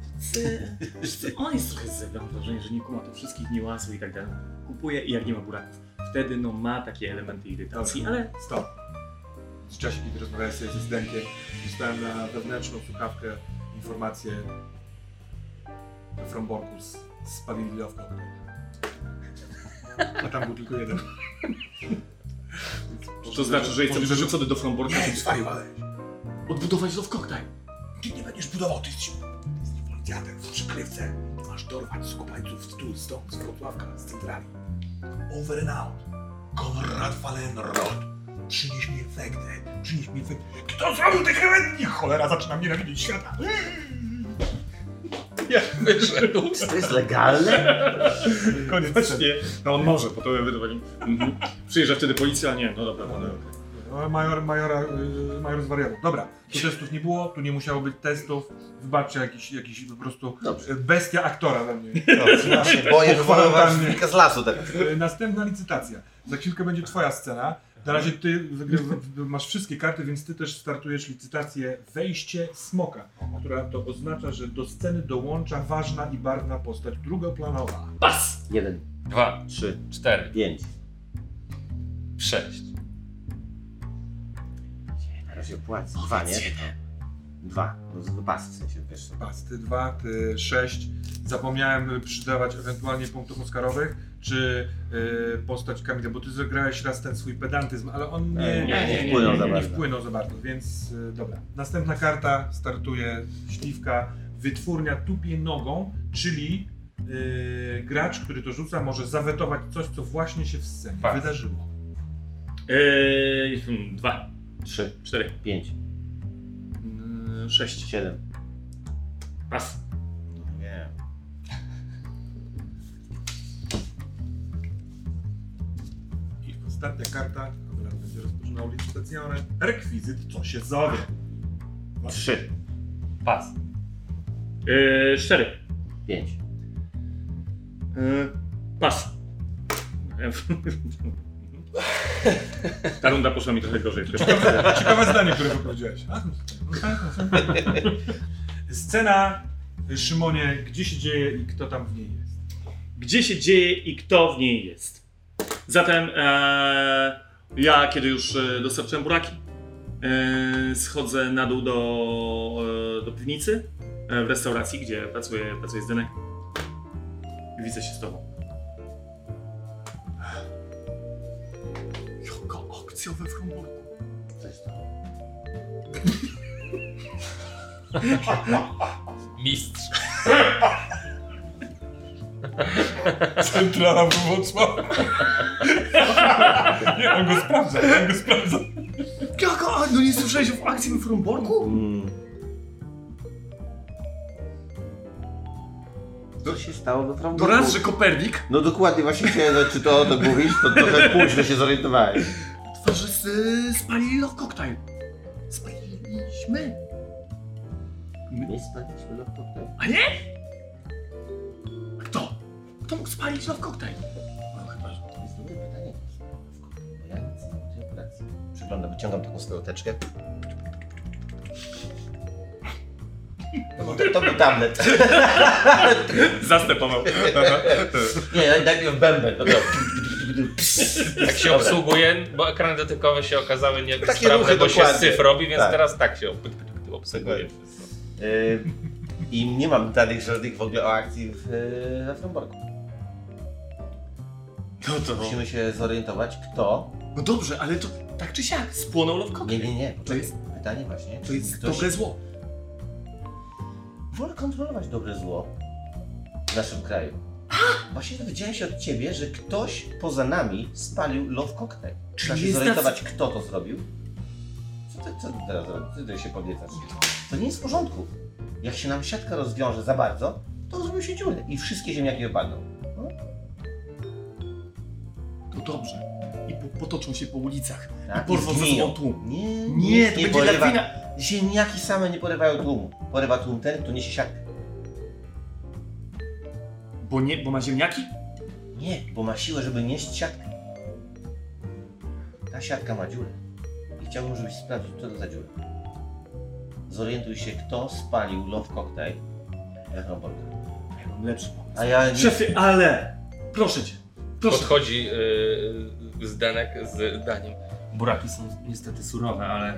On jest trochę z zewnątrz, wrażenie, że nie kuma to wszystkich niuansów i tak dalej. Kupuje i jak nie ma buraków. Wtedy ma takie elementy irytacji, ale... Stop. W czasie, kiedy rozmawiałem sobie ze Zdenkiem, dostałem na wewnętrzną słuchawkę informację we Fromborku spalili love cocktail. A tam był tylko jeden. To znaczy, że jestem wyrzucony do Fromborka, Nie, żeby zwariowałeś. odbudować love cocktail. Ty nie będziesz budował, ty jesteś policjantem w przykrywce. Masz dorwać skupańców tu, stąd, z Wrocławka, z centrali. Over and out. Konrad Valenrod. Przynieś mi efekty. Kto zrobił te krewetki? Cholera, zaczynam nienawidzieć świata. Ja wyszedł. To jest legalne? Koniec. Właśnie, no on może, po to ewentualnie. Przyjeżdża wtedy policja, nie, no dobra, panowie. No, major zwariował. Dobra, tu testów nie było, tu nie musiało być testów. Wybaczcie, jakiś po prostu Dobrze. bestia aktora we mnie. Dobrze, ja się boję, że Pochwalam wolę mnie. wilka z lasu tak. Następna licytacja. Za chwilkę będzie twoja scena. Na razie ty masz wszystkie karty, więc ty też startujesz licytację Wejście Smoka, która to oznacza, że do sceny dołącza ważna i barwna postać drugoplanowa. Pas! 1, 2, 3, 4, 5. 6. Teraz się płacę. 2, nie? 2. No pas w sensie pierwszy. Pas, ty 2, ty 6. Zapomniałem przydawać ewentualnie punktów Oscarowych, czy postać Kamila, bo ty zagrałeś raz ten swój pedantyzm, ale on Nie wpłynął za nie bardzo. wpłynął za bardzo, więc dobra. Następna karta, startuje śliwka, wytwórnia tupie nogą, czyli gracz, który to rzuca, może zawetować coś, co właśnie się w scenie Tak. wydarzyło. 2, 3, 4, 5, 6. 7. Pas. Nie. Ostatnia karta, która będzie rozpoczynał licytację. Rekwizyt, co się zowie. 3, Pas. 4. 5. Pas. Ta runda poszła mi trochę gorzej. Ciekawe zdanie, które wypowiedziałeś. Scena, Szymonie, gdzie się dzieje i kto tam w niej jest? Gdzie się dzieje i kto w niej jest? Zatem ja, kiedy już dostarczyłem buraki, schodzę na dół do piwnicy w restauracji, gdzie pracuje Zdenek. Widzę się z tobą. Jaka akcja we Fromborku. Co jest to? Mistrz. Centrala Wrocław. Nie, on go sprawdza. Jaka? No nie słyszałeś o akcji we Fromborku? Co się stało we To Fromborku? raz, że Kopernik No dokładnie, właśnie chciałem, czy to mówisz, to trochę późno się zorientowałeś. twarzy spalili love cocktail. Spaliliśmy. Nie spaliśmy love cocktail. A nie? Kto? Kto mógł spalić love cocktail? No chyba, że to jest dobre pytanie. Bo ja nic nie mam tej operacji. Przyglądam, wyciągam taką swoją teczkę. To był tablet. Zastępował. Nie, najpierw bęben. Dobra. Tak się obsługuje, bo ekrany dotykowe się okazały Takie niesprawne, ruchy bo się dokładnie. syf robi, więc Tak. teraz tak się obsługuje. I nie mam danych żadnych w ogóle o akcji we Fromborku. No to... Musimy się zorientować, kto... No dobrze, ale to tak czy siak spłonął love cocktail. Nie. To jest, pytanie właśnie. to jest ktoś... dobre zło. Wolę kontrolować dobre zło w naszym kraju. Właśnie dowiedziałem się od ciebie, że ktoś poza nami spalił love cocktail. Trzeba się jest zorientować, kto to zrobił. Co ty teraz robisz? Co ty się podniecasz? To nie jest w porządku. Jak się nam siatka rozwiąże za bardzo, to zrobią się dziury i wszystkie ziemniaki wypadną. No, To dobrze. I potoczą się po ulicach. tak? I porwą ze zgniją. sobą tłum. Nie, Nie, to będzie lawina. Ziemniaki same nie porywają tłumu. Porywa tłum ten, kto niesie siatkę. Bo ma ziemniaki? Nie, bo ma siłę, żeby nieść siatkę. Ta siatka ma dziurę. I chciałbym, żebyś sprawdził, co to za dziura. Zorientuj się, kto spalił love cocktail we Fromborku. Ja mam lepszy pomysł. A ja nie... Szefie, ale... Proszę cię. Proszę. Podchodzi Zdenek z daniem. Buraki są niestety surowe, ale...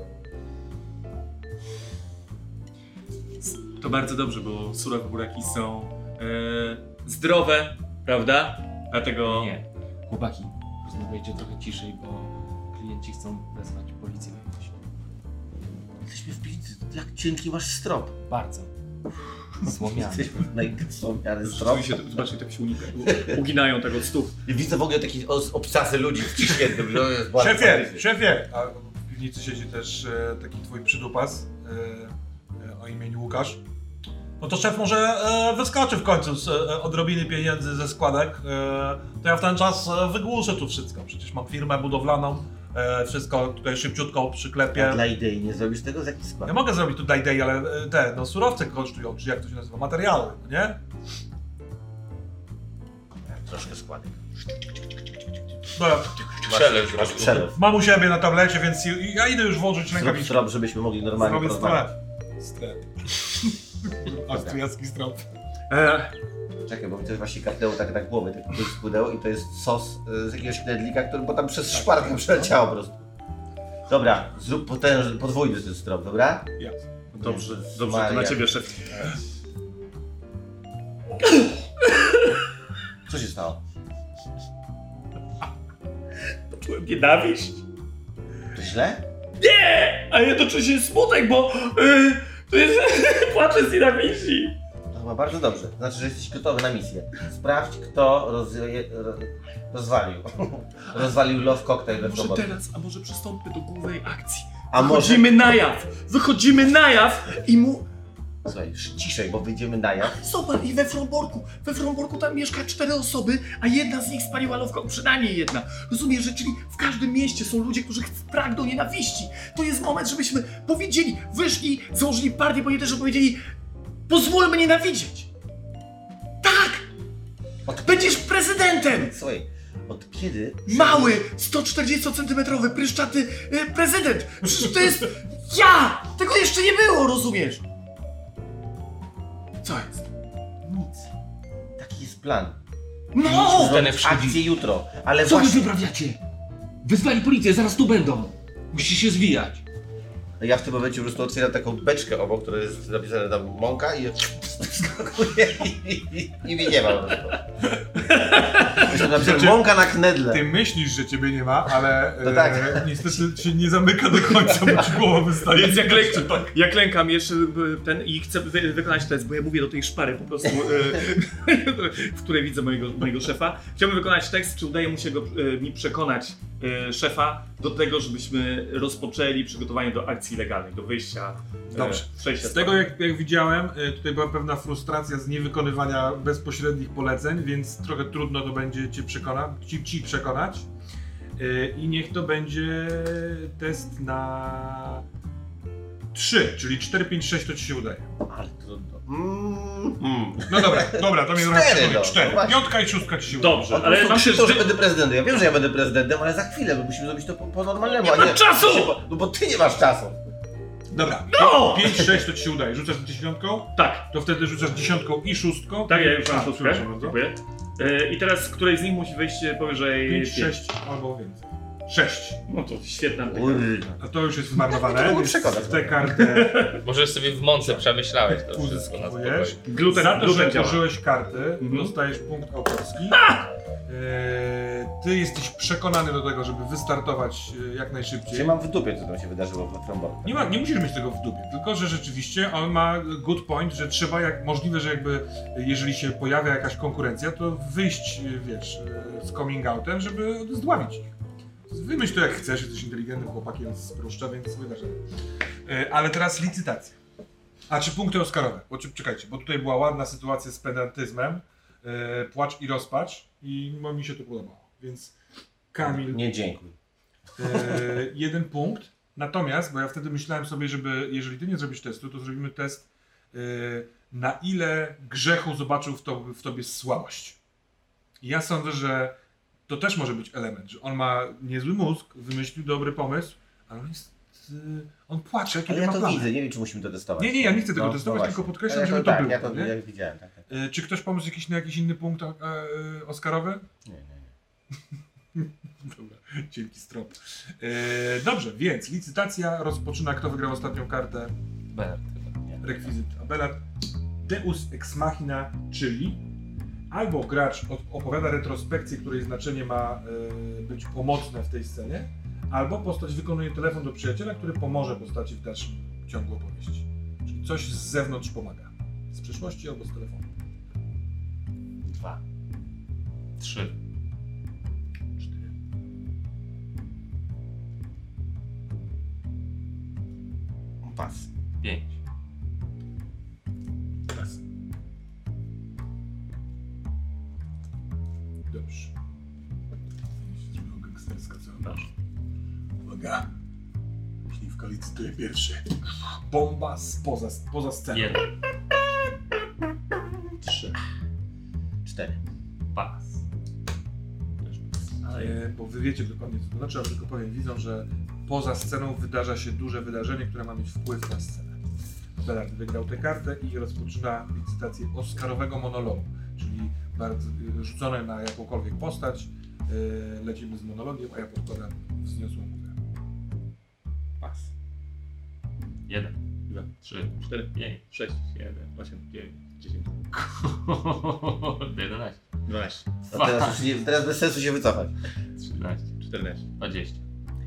To bardzo dobrze, bo surowe buraki są zdrowe, prawda? Dlatego... Nie. Chłopaki, rozmawiajcie trochę ciszej, bo klienci chcą wezwać policję. Jesteśmy w piwnicy. Jak cienki masz strop. Bardzo. Słomiany. Jesteśmy w najsłomiany strop. Rzeczywiście, zobaczcie, tak się uginają tego od stóp. Widzę w ogóle takie obcasy ludzi wciśniętych. że to jest bardzo Szefie! A w piwnicy siedzi też taki twój przydupas o imieniu Łukasz. No to szef może wyskoczy w końcu z odrobiny pieniędzy ze składek. To ja w ten czas wygłuszę tu wszystko. Przecież mam firmę budowlaną. Wszystko tutaj szybciutko przyklepię. A dla idei nie zrobisz tego z jakichś składów? Ja mogę zrobić tutaj idei, ale no surowce kosztują, czy jak to się nazywa, materiały, no nie? Troszkę składek. Dobra, Przelew Masz zrobił. przelew. mam u siebie na tablecie, więc ja idę już włożyć Zrób rękawiczkę. strop, żebyśmy mogli normalnie Zrobię porozmawiać. strep. Austriacki strop. Czekaj, bo mi też właśnie kapnęło tak na głowę, tak coś spłynęło i to jest sos z jakiegoś knedlika, który bo tam przez szparkę przeleciało po prostu. Dobra, zrób podwójny ten strop, dobra? Jasne. Dobrze, Jezus dobrze, to na Maria. ciebie, szef. Co się stało? Poczułem nienawiść. To źle? A jednocześnie smutek, bo to jest... płaczę z nienawiści. To chyba bardzo dobrze. To znaczy, że jesteś gotowy na misję. Sprawdź, kto rozwalił. rozwalił love cocktail we Może Fromborku. teraz, a może przystąpmy do głównej akcji. A może... Wychodzimy na jaw i mu... Słuchaj, ciszej, bo wyjdziemy na jaw. Zobacz, i we Fromborku tam mieszka 4 osoby, a jedna z nich spaliła lowką, przynajmniej jedna. Rozumiesz, że czyli w każdym mieście są ludzie, którzy pragną nienawiści. To jest moment, żebyśmy powiedzieli, wyszli, założyli partię, bo nie też powiedzieli, pozwólmy nienawidzieć. Tak! Będziesz prezydentem! Słuchaj, od kiedy... Mały, 140-centymetrowy, pryszczaty prezydent! Przecież to jest ja! Tego jeszcze nie było, rozumiesz? Co jest? Nic. Taki jest plan. No! Zrobić akcję jutro, ale Co wy właśnie... wyprawiacie? Wezwali policję, zaraz tu będą. Musicie się zwijać. Ja w tym momencie po prostu otwieram taką beczkę obok, która jest napisana tam mąka i skakuję i mnie nie ma po prostu. Myślę, napisane mąka na knedle. Ty myślisz, że ciebie nie ma, ale No tak. niestety się nie zamyka do końca, bo ci głowa wystaje. Więc ja klękam jeszcze i chcę wykonać test, bo ja mówię do tej szpary po prostu, w której widzę mojego szefa. Chciałbym wykonać test, czy udaje mu się mi przekonać szefa do tego, żebyśmy rozpoczęli przygotowanie do akcji legalnej, do wyjścia. Dobrze. Przejścia Z tego jak widziałem, tutaj była pewna frustracja z niewykonywania bezpośrednich poleceń, więc trochę trudno to będzie ci przekonać. I niech to będzie test na 3, czyli 4, 5, 6 to ci się udaje. Ale trudno. No dobra, to mnie trochę 4, przekonuje. no. 4. No właśnie. 5 i 6 ci się udaje. Dobrze, Ale ale mam krzyczą, że też... będę prezydentem. Ja wiem, że ja będę prezydentem, ale za chwilę, bo musimy zrobić to po normalnemu. Nie ma czasu! No bo ty nie masz czasu. Dobra, No! 5, 6 to ci się udaje. Rzucasz 10, Tak, to wtedy rzucasz 10 i 6. tak, ja już mam szóstkę. przepraszam bardzo. Dziękuję. I teraz której z nich musi wejść powyżej 5, 6 albo więcej. 6. No to świetna. A to już jest zmarnowane, To więc przekonać. tę kartę Może sobie w mące przemyślałeś to wszystko na spokojnie. uzyskujesz. Za to, że Gluten działa. użyłeś karty, Mhm. dostajesz punkt autorski. Ty jesteś przekonany do tego, żeby wystartować jak najszybciej. Czyli mam w dupie, co tam się wydarzyło w Fromborku. Nie musisz mieć tego w dupie, tylko że rzeczywiście on ma good point, że trzeba, możliwe, że jeżeli się pojawia jakaś konkurencja, to wyjść, wiesz, z coming outem, żeby zdławić ich. Wymyśl to jak chcesz, jesteś inteligentnym chłopakiem z Pruszcza, więc wydarzenie. Ale teraz licytacja. Czy punkty Oscarowe? Czekajcie, bo tutaj była ładna sytuacja z pedantyzmem, płacz i rozpacz i mi się to podobało, więc Kamil... Nie dziękuj. 1 punkt. Natomiast, bo ja wtedy myślałem sobie, żeby, jeżeli ty nie zrobisz testu, to zrobimy test, na ile grzechu zobaczył w tobie słabość. I ja sądzę, że to też może być element, że on ma niezły mózg, wymyślił dobry pomysł, ale on płacze, kiedy Ale ja ma to plany. widzę, nie wiem, czy musimy to testować. Nie, ja nie chcę tego No, testować, no tylko właśnie. podkreślam, Ja żeby to tak, było. Ja to nie? widziałem, tak. Czy ktoś pomysł na jakiś inny punkt Oscarowy? Nie. Dobra, dzięki strop. Dobrze, więc licytacja rozpoczyna. Kto wygrał ostatnią kartę? Bernard chyba. Rekwizyt Abelard. Deus ex machina, czyli albo gracz opowiada retrospekcję, której znaczenie ma być pomocne w tej scenie, albo postać wykonuje telefon do przyjaciela, który pomoże postaci w dalszym ciągu opowieści. Czyli coś z zewnątrz pomaga. Z przyszłości albo z telefonu. 2. 3. 4. Pas. 5. Raz. Dobrze. Zrobił gangstersko, co? Dobrze. Uwaga. Śliwka licytuje pierwszy. Bomba poza sceną. 1. 3. 4. Pas. Bo wy wiecie dokładnie co to znaczy, ale tylko powiem widzom, że poza sceną wydarza się duże wydarzenie, które ma mieć wpływ na scenę. Bernard wygrał tę kartę i rozpoczyna licytację oscarowego monologu, czyli bardzo rzucone na jakąkolwiek postać. Lecimy z monologiem, a ja podkładam wzniosłą mówię. Pas. 1. 2, 3. 4, 5, 6, 7, 8, 9, 10, 11. 12, No teraz bez sensu się wycofać. 13. 14. 20.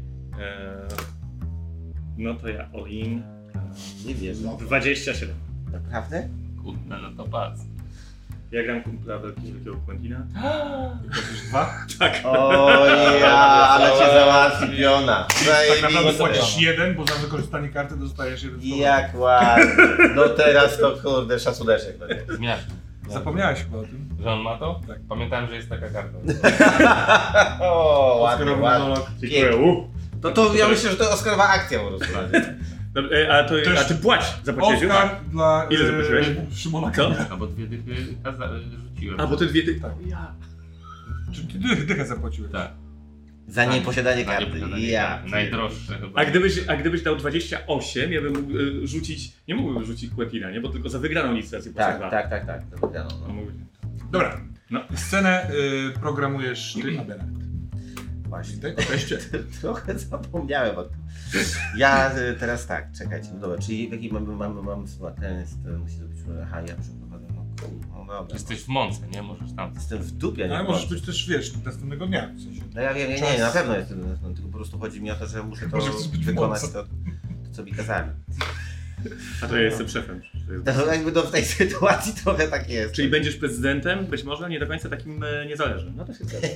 No to ja all in. Nie wierzę. 27. Naprawdę? Kurde, no to pas. Ja gram kumpla wielkiego Quentina. Pokażesz 2? Oj, ale cię załatwi piona. Tak naprawdę Zajebiste. płacisz 1, bo za wykorzystanie karty dostajesz 1 stopę. Jak ładnie. No teraz to kurde szacuneczek będzie. Zmiasz. Zapomniałeś chyba o tym. Że on ma to? Tak. Pamiętałem, że jest taka karta. O, ładnie, Oscarowy ładnie. monolog. To ja myślę, że to Oscarowa akcja po prostu. A ty płać, zapłaciłeś? Oscar dla Ile zapłaciłeś? Szymona Co? Kamila. Albo 2 dychy rzuciłem. A, bo te dwie ty... Tak. Czy ty dychę zapłaciłeś? Tak. Za nieposiadanie Za karty. nieposiadanie Ja. karty. Najdroższe chyba. A gdybyś dał 28, ja bym mógł rzucić... Nie mógłbym rzucić Quentina, nie? Bo tylko za wygraną licytację płacę Tak. To wygrano. No, No. mógłbyś. Dobra. No. Scenę programujesz ty, Abelard. Właśnie. O teście. Trochę zapomniałem o tym. Ja teraz tak, czekajcie, no dobra, czyli jaki mamy ten jest, musi zrobić, aha, ja przeprowadzę, no dobra. Jesteś w Mące, nie? Możesz tam. Jestem w dupie, nie Ale mogę. możesz być też, wiesz, następnego dnia. W sensie. No ja wiem, nie, na pewno jestem, no, tylko po prostu chodzi mi o to, że muszę to Może chcesz być w wykonać Mące. to, co mi kazali. A to ja jestem szefem. To jakby w tej sytuacji trochę tak jest. Czyli będziesz prezydentem, być może nie do końca takim niezależnym. No to się zgadza.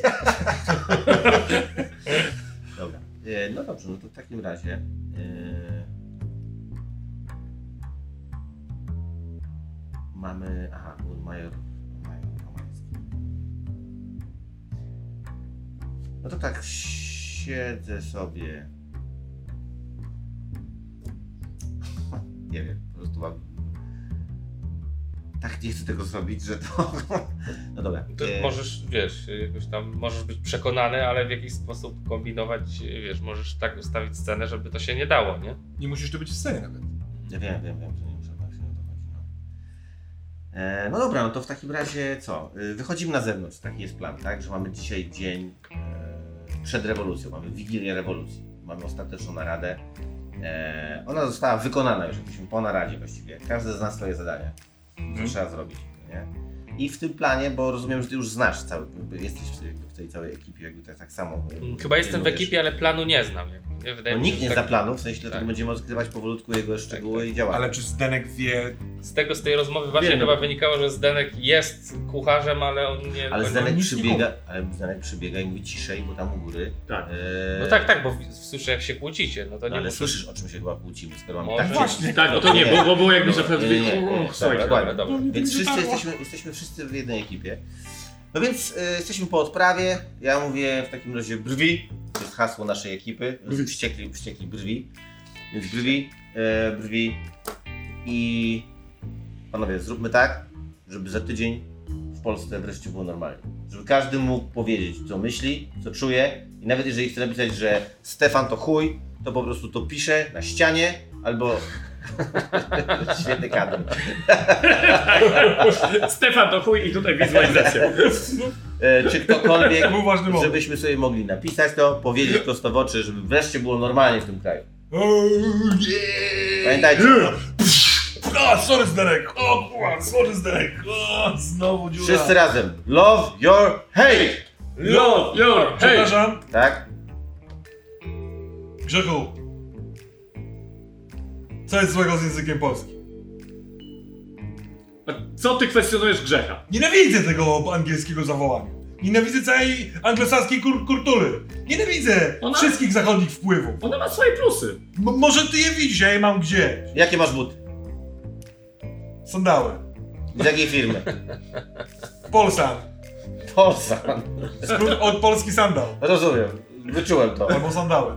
Dobra. No dobrze, no to w takim razie. Mamy. Aha, Major Romański. No to tak siedzę sobie. Nie wiem, po prostu mam. Tak nie chcę tego zrobić, że to. No dobra. To możesz, wiesz, jakoś tam możesz być przekonany, ale w jakiś sposób kombinować, wiesz, możesz tak ustawić scenę, żeby to się nie dało, nie? Nie musisz to być w scenie nawet. Ja wiem, że nie muszę właśnie o to chodzi. No. No dobra, no to w takim razie co? Wychodzimy na zewnątrz, taki jest plan, tak? Że mamy dzisiaj dzień przed rewolucją, mamy Wigilię rewolucji, mamy ostateczną naradę. Ona została wykonana już, jesteśmy po naradzie właściwie. Każdy z nas swoje zadania, co trzeba zrobić, nie? I w tym planie, bo rozumiem, że ty już znasz cały, jesteś w tej całej ekipie, jakby tak samo. Chyba jestem w wiesz. ekipie, ale planu nie znam. Nie? Wydaje No mi się, nikt że nie tak, zna planu, w sensie dlatego tak. będziemy odkrywać powolutku jego szczegóły tak. i działania. Ale czy Zdenek wie... z tej rozmowy właśnie Wiem. chyba wynikało, że Zdenek jest kucharzem, ale on nie... Ale nie- Zdenek nic nie przybiega i mówi ciszej, bo tam u góry. Tak. No tak, bo słyszę jak się kłócicie, no to nie Ale muszę... słyszysz, o czym się chyba kłócimy, skoro mamy Może. tak Właśnie. Tak, no to nie, bo było jakby, że Nie, nie, nie. Słuchaj, Dokładnie. dobra. Więc wszyscy jesteśmy wszyscy w jednej ekipie. No więc jesteśmy po odprawie. Ja mówię w takim razie brwi. To jest hasło naszej ekipy. Wściekli brwi. Więc brwi. I panowie, zróbmy tak, żeby za tydzień w Polsce wreszcie było normalnie. Żeby każdy mógł powiedzieć, co myśli, co czuje. I nawet jeżeli chce napisać, że Stefan to chuj, to po prostu to pisze na ścianie albo... Świetny kadr. Stefan to chuj i tutaj wizualizacja. Czy ktokolwiek, To był ważny moment. żebyśmy sobie mogli napisać to, powiedzieć prosto w oczy, żeby wreszcie było normalnie w tym kraju. Pamiętajcie, O, sorry Zdenek! O, kurwa, sorry Zdenek! O, znowu dziura. wszyscy razem. Love your hate! Love your hate! Przepraszam, Tak? Grzechu. Co jest złego z językiem polskim? A co ty kwestionujesz grzecha? Nienawidzę tego angielskiego zawołania. Nienawidzę całej anglosaskiej kultury. Nienawidzę Ona- wszystkich zachodnich wpływów. Ona ma swoje plusy. Może ty je widzisz, ja je mam gdzieś. Jakie masz buty? Sandały. Z jakiej firmy? Polsan. Polsan. Skrót od polski sandał. Rozumiem. Wyczułem to. Albo sandały.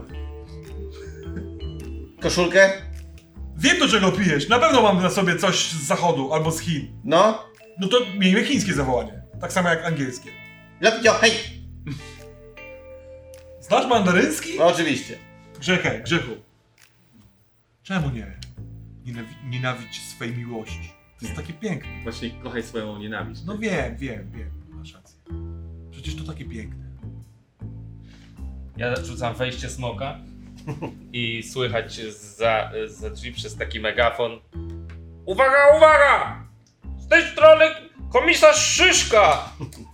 Koszulkę? Wiem do czego pijesz. Na pewno mam na sobie coś z zachodu albo z Chin. No. No to miejmy chińskie zawołanie. Tak samo jak angielskie. Love your hate! Znasz mandaryński? No oczywiście. Grzechu. Czemu nie? Nienawidź swej miłości. To jest takie piękne. Właśnie kochaj swoją nienawiść. No wiem. Masz rację. Przecież to takie piękne. Ja rzucam wejście smoka. I słychać za drzwi przez taki megafon. Uwaga, uwaga! Z tej strony komisarz Szyszka!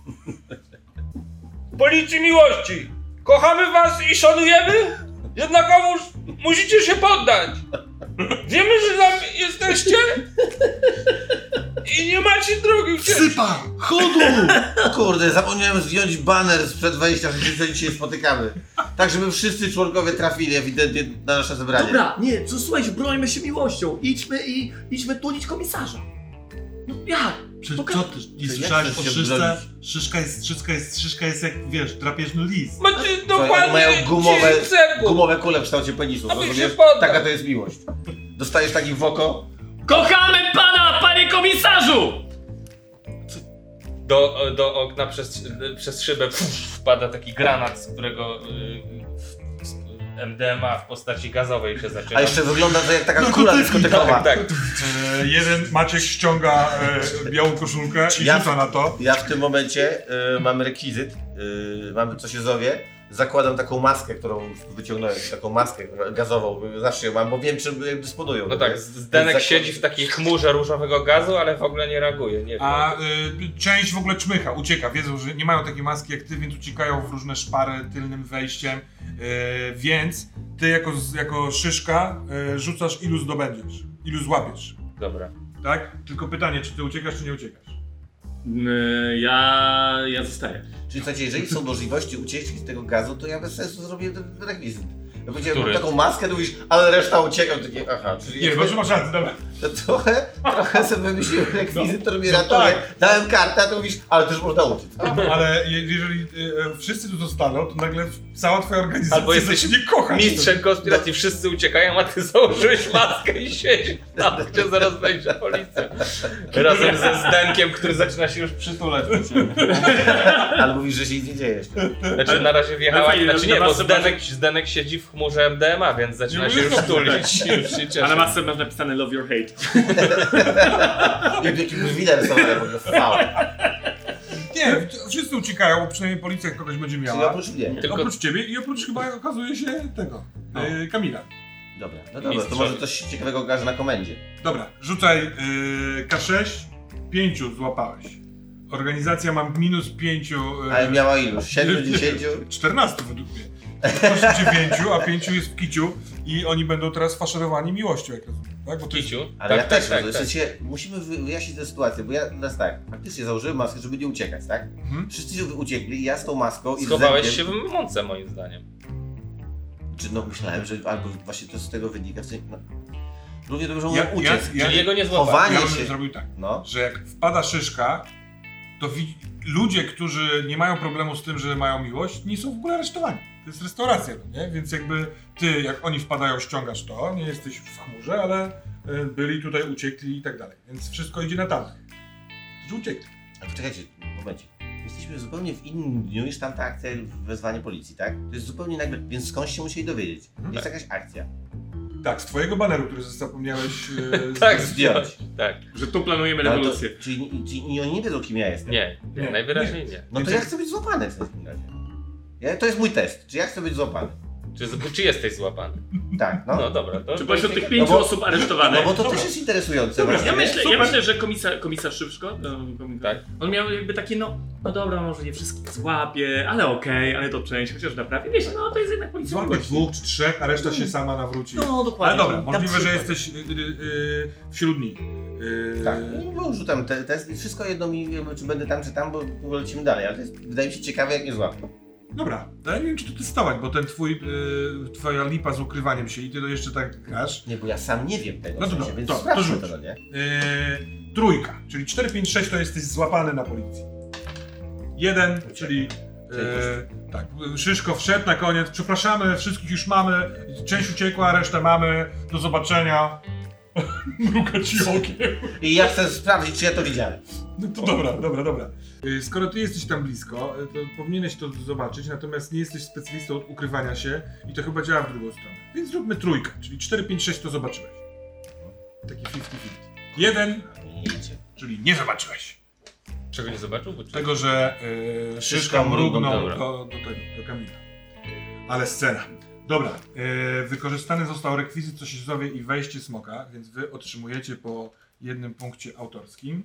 Policji Miłości! Kochamy was i szanujemy, jednakowoż musicie się poddać! Wiemy, że tam jesteście, I nie macie drogi ucieczki. Sypa! Chodu! Kurde, zapomniałem zdjąć baner sprzed wejścia, że się dzisiaj spotykamy. Tak, żeby wszyscy członkowie trafili ewidentnie na nasze zebranie. Dobra, nie, co słuchajcie, brońmy się miłością. Idźmy tulić komisarza. No jak? Przecież Pokaż- co ty, nie jak słyszałeś chcesz o się szyszce? bronić? Szyszka jest jak, wiesz, drapieżny lis. Macie Słuchaj, dokładnie mają 10 sekund. gumowe kule w kształcie penisów, A wy się rozumiesz? poddam. Taka to jest miłość. Dostajesz takich w oko, Kochamy pana, panie komisarzu! Do okna przez szybę wpada taki granat, z którego MDMA w postaci gazowej się zaczyna. a jeszcze wygląda to jak taka No, kula to dyskotekowa. Tak. Jeden Maciek ściąga białą koszulkę i Ja- rzuca na to. Ja w tym momencie mam rekwizyt, mamy co się zowie. Zakładam taką maskę, którą wyciągnąłem, taką maskę gazową, zawsze ją mam, bo wiem czym dysponują. No tak, nie? Zdenek Więc siedzi w takiej chmurze różowego gazu, ale w ogóle nie reaguje. Nie wiem. A część w ogóle czmycha, ucieka. Wiedzą, że nie mają takiej maski jak ty, więc uciekają w różne szpary tylnym wejściem. Więc ty jako szyszka rzucasz ilu zdobędziesz, ilu złapiesz. Dobra. Tak? Tylko pytanie, czy ty uciekasz, czy nie uciekasz? Ja zostaję. Czyli słuchajcie, jeżeli są możliwości ucieczki z tego gazu, to ja bez sensu zrobię ten rekwizyt. Ja powiedziałem, Który? mam taką maskę, to mówisz, ale reszta ucieka, takie, aha, czyli Nie, bo masz rację, dobra. to trochę sobie wymyśliłem rekwizyt, który mnie No ratuje. tak. Dałem kartę, a to mówisz, ale też można uciec. Ale jeżeli wszyscy tu zostaną, to nagle cała twoja organizacja Albo jesteś zacznie kochać. Mistrzem konspiracji, wszyscy uciekają, a ty założyłeś maskę i siedzisz tam, gdzie zaraz będzie policja. Razem ze Zdenkiem, który zaczyna się już przytulać. Ale mówisz, że się nic nie dzieje jeszcze. Znaczy na razie wjechała, Ale znaczy nie, na bo masę Zdenek siedzi w chmurze MDMA, więc zaczyna się już tulić. Już się cieszy. A na masce masz napisane love your hate. Jak jakiś brwi rysowane w ogóle w V. Nie, wszyscy uciekają, bo przynajmniej policja kogoś będzie Czyli miała. oprócz mnie. Tylko- Oprócz ciebie i oprócz chyba okazuje się tego, Kamila. Dobra, no dobra, to Mistrzowi. może coś ciekawego okaże na komendzie. Dobra, rzucaj K6, 5 złapałeś. Organizacja ma minus 5. Ale miała iluś? 7, 10? 14 według mnie. Proszę 9, a 5 jest w kiciu i oni będą teraz faszerowani miłością, jak rozumiem. Tak? Bo to jest... Kiciu? Ale tak, ja też, tak, w tak. sensie, musimy wyjaśnić tę sytuację, bo ja teraz tak, faktycznie założyłem maskę, żeby nie uciekać, tak? Mhm. Wszyscy uciekli i ja z tą maską i Schowałeś Zenkiem- się w mące moim zdaniem. Czy no myślałem, że albo właśnie to z tego wynika, w sensie, no, równie dobrze mogłem uciec. Czyli jego nie złapałeś. Chowanie Ja bym się. zrobił tak, No, że jak wpada szyszka, to ludzie, którzy nie mają problemu z tym, że mają miłość, nie są w ogóle aresztowani. To jest restauracja, no nie? Więc jakby ty, jak oni wpadają, ściągasz to, nie jesteś już w chmurze, ale byli tutaj, uciekli i tak dalej. Więc wszystko idzie na tamtych. Którzy uciekli. ale poczekajcie, momencie. Jesteśmy zupełnie w innym dniu niż tamta akcja wezwanie policji, tak? To jest zupełnie nagle, więc skąd się musieli dowiedzieć? Jest jakaś akcja. Tak, z twojego baneru, który zapomniałeś Tak, zdjąć. Tak. Że tu planujemy No, ale rewolucję. czyli oni nie wiedzą, kim ja jestem. Nie, Nie, najwyraźniej nie. No to ja chcę być złapany w takim razie. To jest mój test. Czy ja chcę być złapany? Czy jesteś złapany? Tak, no. No dobra. To Czy pośród tych No 5 bo- osób aresztowanych? No bo to też jest interesujące. Ja właściwie. myślę, że komisarz Szybszko, Tak. on miał jakby takie, no dobra, może nie wszystkich złapie, ale okej, ale to część, chociaż naprawi. Wiesz, no to jest jednak policja. Złapie 2 czy 3, a reszta się sama nawróci. No dokładnie. Ale dobra, Na możliwe, że przykład. jesteś wśród nich. Tak, no, rzucam test i wszystko jedno mi, czy będę tam, czy tam, bo lecimy dalej, ale to jest, wydaje mi się ciekawe, jak nie złapią. Dobra, ale nie wiem, czy to testować, bo ten twoja lipa z ukrywaniem się i ty to jeszcze tak grasz. Nie, bo ja sam nie wiem tego, No w to sensie, no, więc to sprawdźmy rzuć. to, no nie? Trójka, czyli 4, 5, 6 to jesteś złapany na policji. 1, czyli tak, Szyszko wszedł na koniec, przepraszamy, wszystkich już mamy, część uciekła, resztę mamy, do zobaczenia. Mruga ci okiem. I ja chcę sprawdzić, czy ja to widziałem. No to dobra. Skoro ty jesteś tam blisko, to powinieneś to zobaczyć, natomiast nie jesteś specjalistą od ukrywania się i to chyba działa w drugą stronę. Więc zróbmy trójkę, czyli 4, 5, 6 to zobaczyłeś. Taki 50-50. 1, Nie idzie. czyli nie zobaczyłeś. Czego nie zobaczył? Bo Tego, że Szyszka mrugnął dobra. do Kamila. Ale scena. Dobra, wykorzystany został rekwizyt, co się zowie i wejście smoka, więc wy otrzymujecie po jednym punkcie autorskim.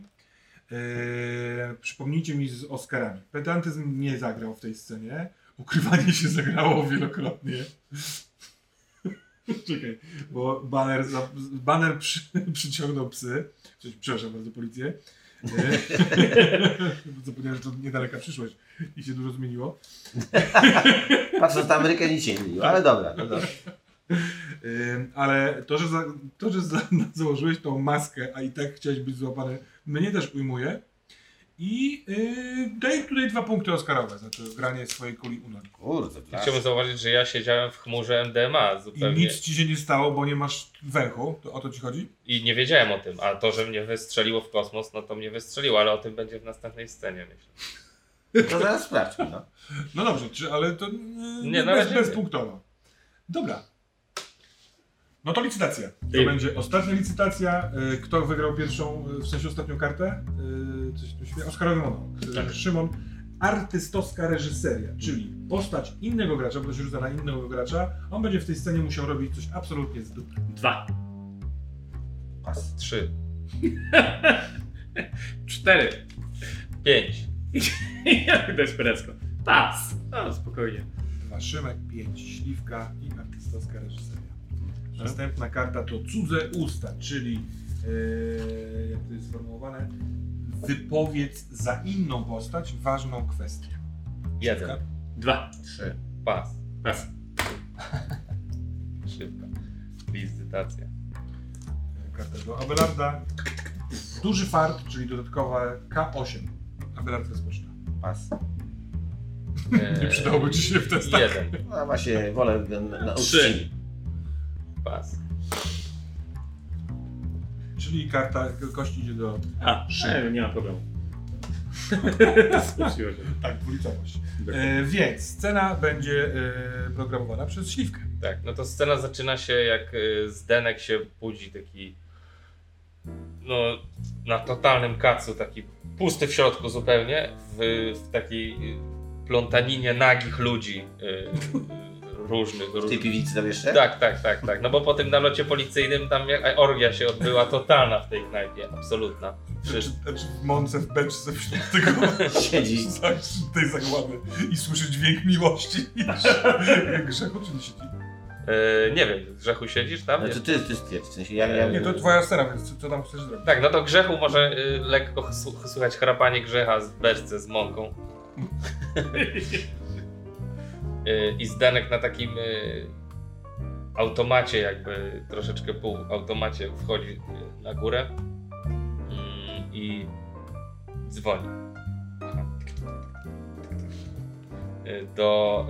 Przypomnijcie mi z Oscarami. Pedantyzm nie zagrał w tej scenie. Ukrywanie się zagrało wielokrotnie. Czekaj, bo baner przyciągnął psy. Przepraszam bardzo, policję. Zapomniałem, że to niedaleka przyszłość i się dużo zmieniło. Patrząc na Amerykę nic się nie zmieniło, ale dobra, no dobra. Ale to, że założyłeś tą maskę, a i tak chciałeś być złapany, mnie też ujmuje. I daję tutaj 2 punkty Oscarowe za to granie swojej kuli Uno. Kurde, Chciałbym zauważyć, że ja siedziałem w chmurze MDMA I zupełnie. nic ci się nie stało, bo nie masz węchu. To o to ci chodzi? I nie wiedziałem o tym, a to, że mnie wystrzeliło w kosmos, no to mnie wystrzeliło, ale o tym będzie w następnej scenie, myślę. To zaraz sprawdźmy, no. No dobrze, ale to Nie, na razie nie. bezpunktowo. Dobra. No to licytacja. To Ej. będzie ostatnia licytacja. Kto wygrał pierwszą, w sensie ostatnią kartę? Coś tu świetnie. Oscarowy monolog. Tak. Szymon. Artystowska reżyseria, czyli postać innego gracza, bo to się rzuca na innego gracza. On będzie w tej scenie musiał robić coś absolutnie z dupy. 2. Pas. 3, 4. 5. Jak desperecko. Pas. No, spokojnie. 2 Szymek, 5 Śliwka i artystowska reżyseria. Następna karta to cudze usta, czyli jak to jest sformułowane, wypowiedz za inną postać ważną kwestię. 1. 2. 3. Pas. Pas. Szybko. Licytacja. Karta do Abelarda. Duży fart, czyli dodatkowe K8. Abelard rozpoczyna. Pas. Nie przydałoby ci się w testach. 1. No właśnie, wolę na 3. uczciwie. Pas. Czyli karta kości idzie do... Nie ma problemu. Skusiło się. Tak, dwulicowość. Więc scena będzie programowana przez Śliwkę. Tak, no to scena zaczyna się jak Zdenek się budzi taki no na totalnym kacu, taki pusty w środku zupełnie, w takiej plątaninie nagich ludzi różnych. W tej piwnicy tam jeszcze? Tak, no bo po tym nalocie policyjnym tam orgia się odbyła totalna w tej knajpie, absolutna. Czy w mące, w beczce wśród tego Siedzi. tej zagłady i słyszy dźwięk miłości. Grzechu czy nie siedzi? Nie wiem, Grzechu siedzisz tam? Znaczy ty stwierdź, w sensie ja... Nie, to twoja scena, więc co tam chcesz zrobić? Tak, no to Grzechu może lekko słychać chrapanie Grzecha w beczce z mąką. I Zdenek na takim automacie, jakby troszeczkę półautomacie wchodzi na górę i dzwoni. Do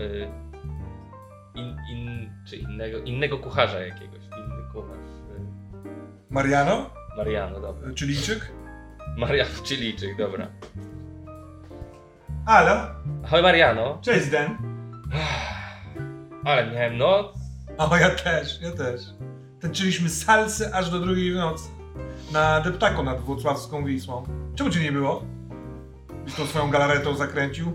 innego kucharza jakiegoś. Inny kucharz. Mariano? Mariano, dobra. Chilijczyk? Mariano Chilijczyk, dobra. Halo? Ahoj Mariano. Cześć Den. Ale miałem noc. O, ja też. Tańczyliśmy salsy aż do 2 w nocy. Na deptaku nad Włocławską Wisłą. Czemu cię nie było? Byś tą swoją galaretą zakręcił?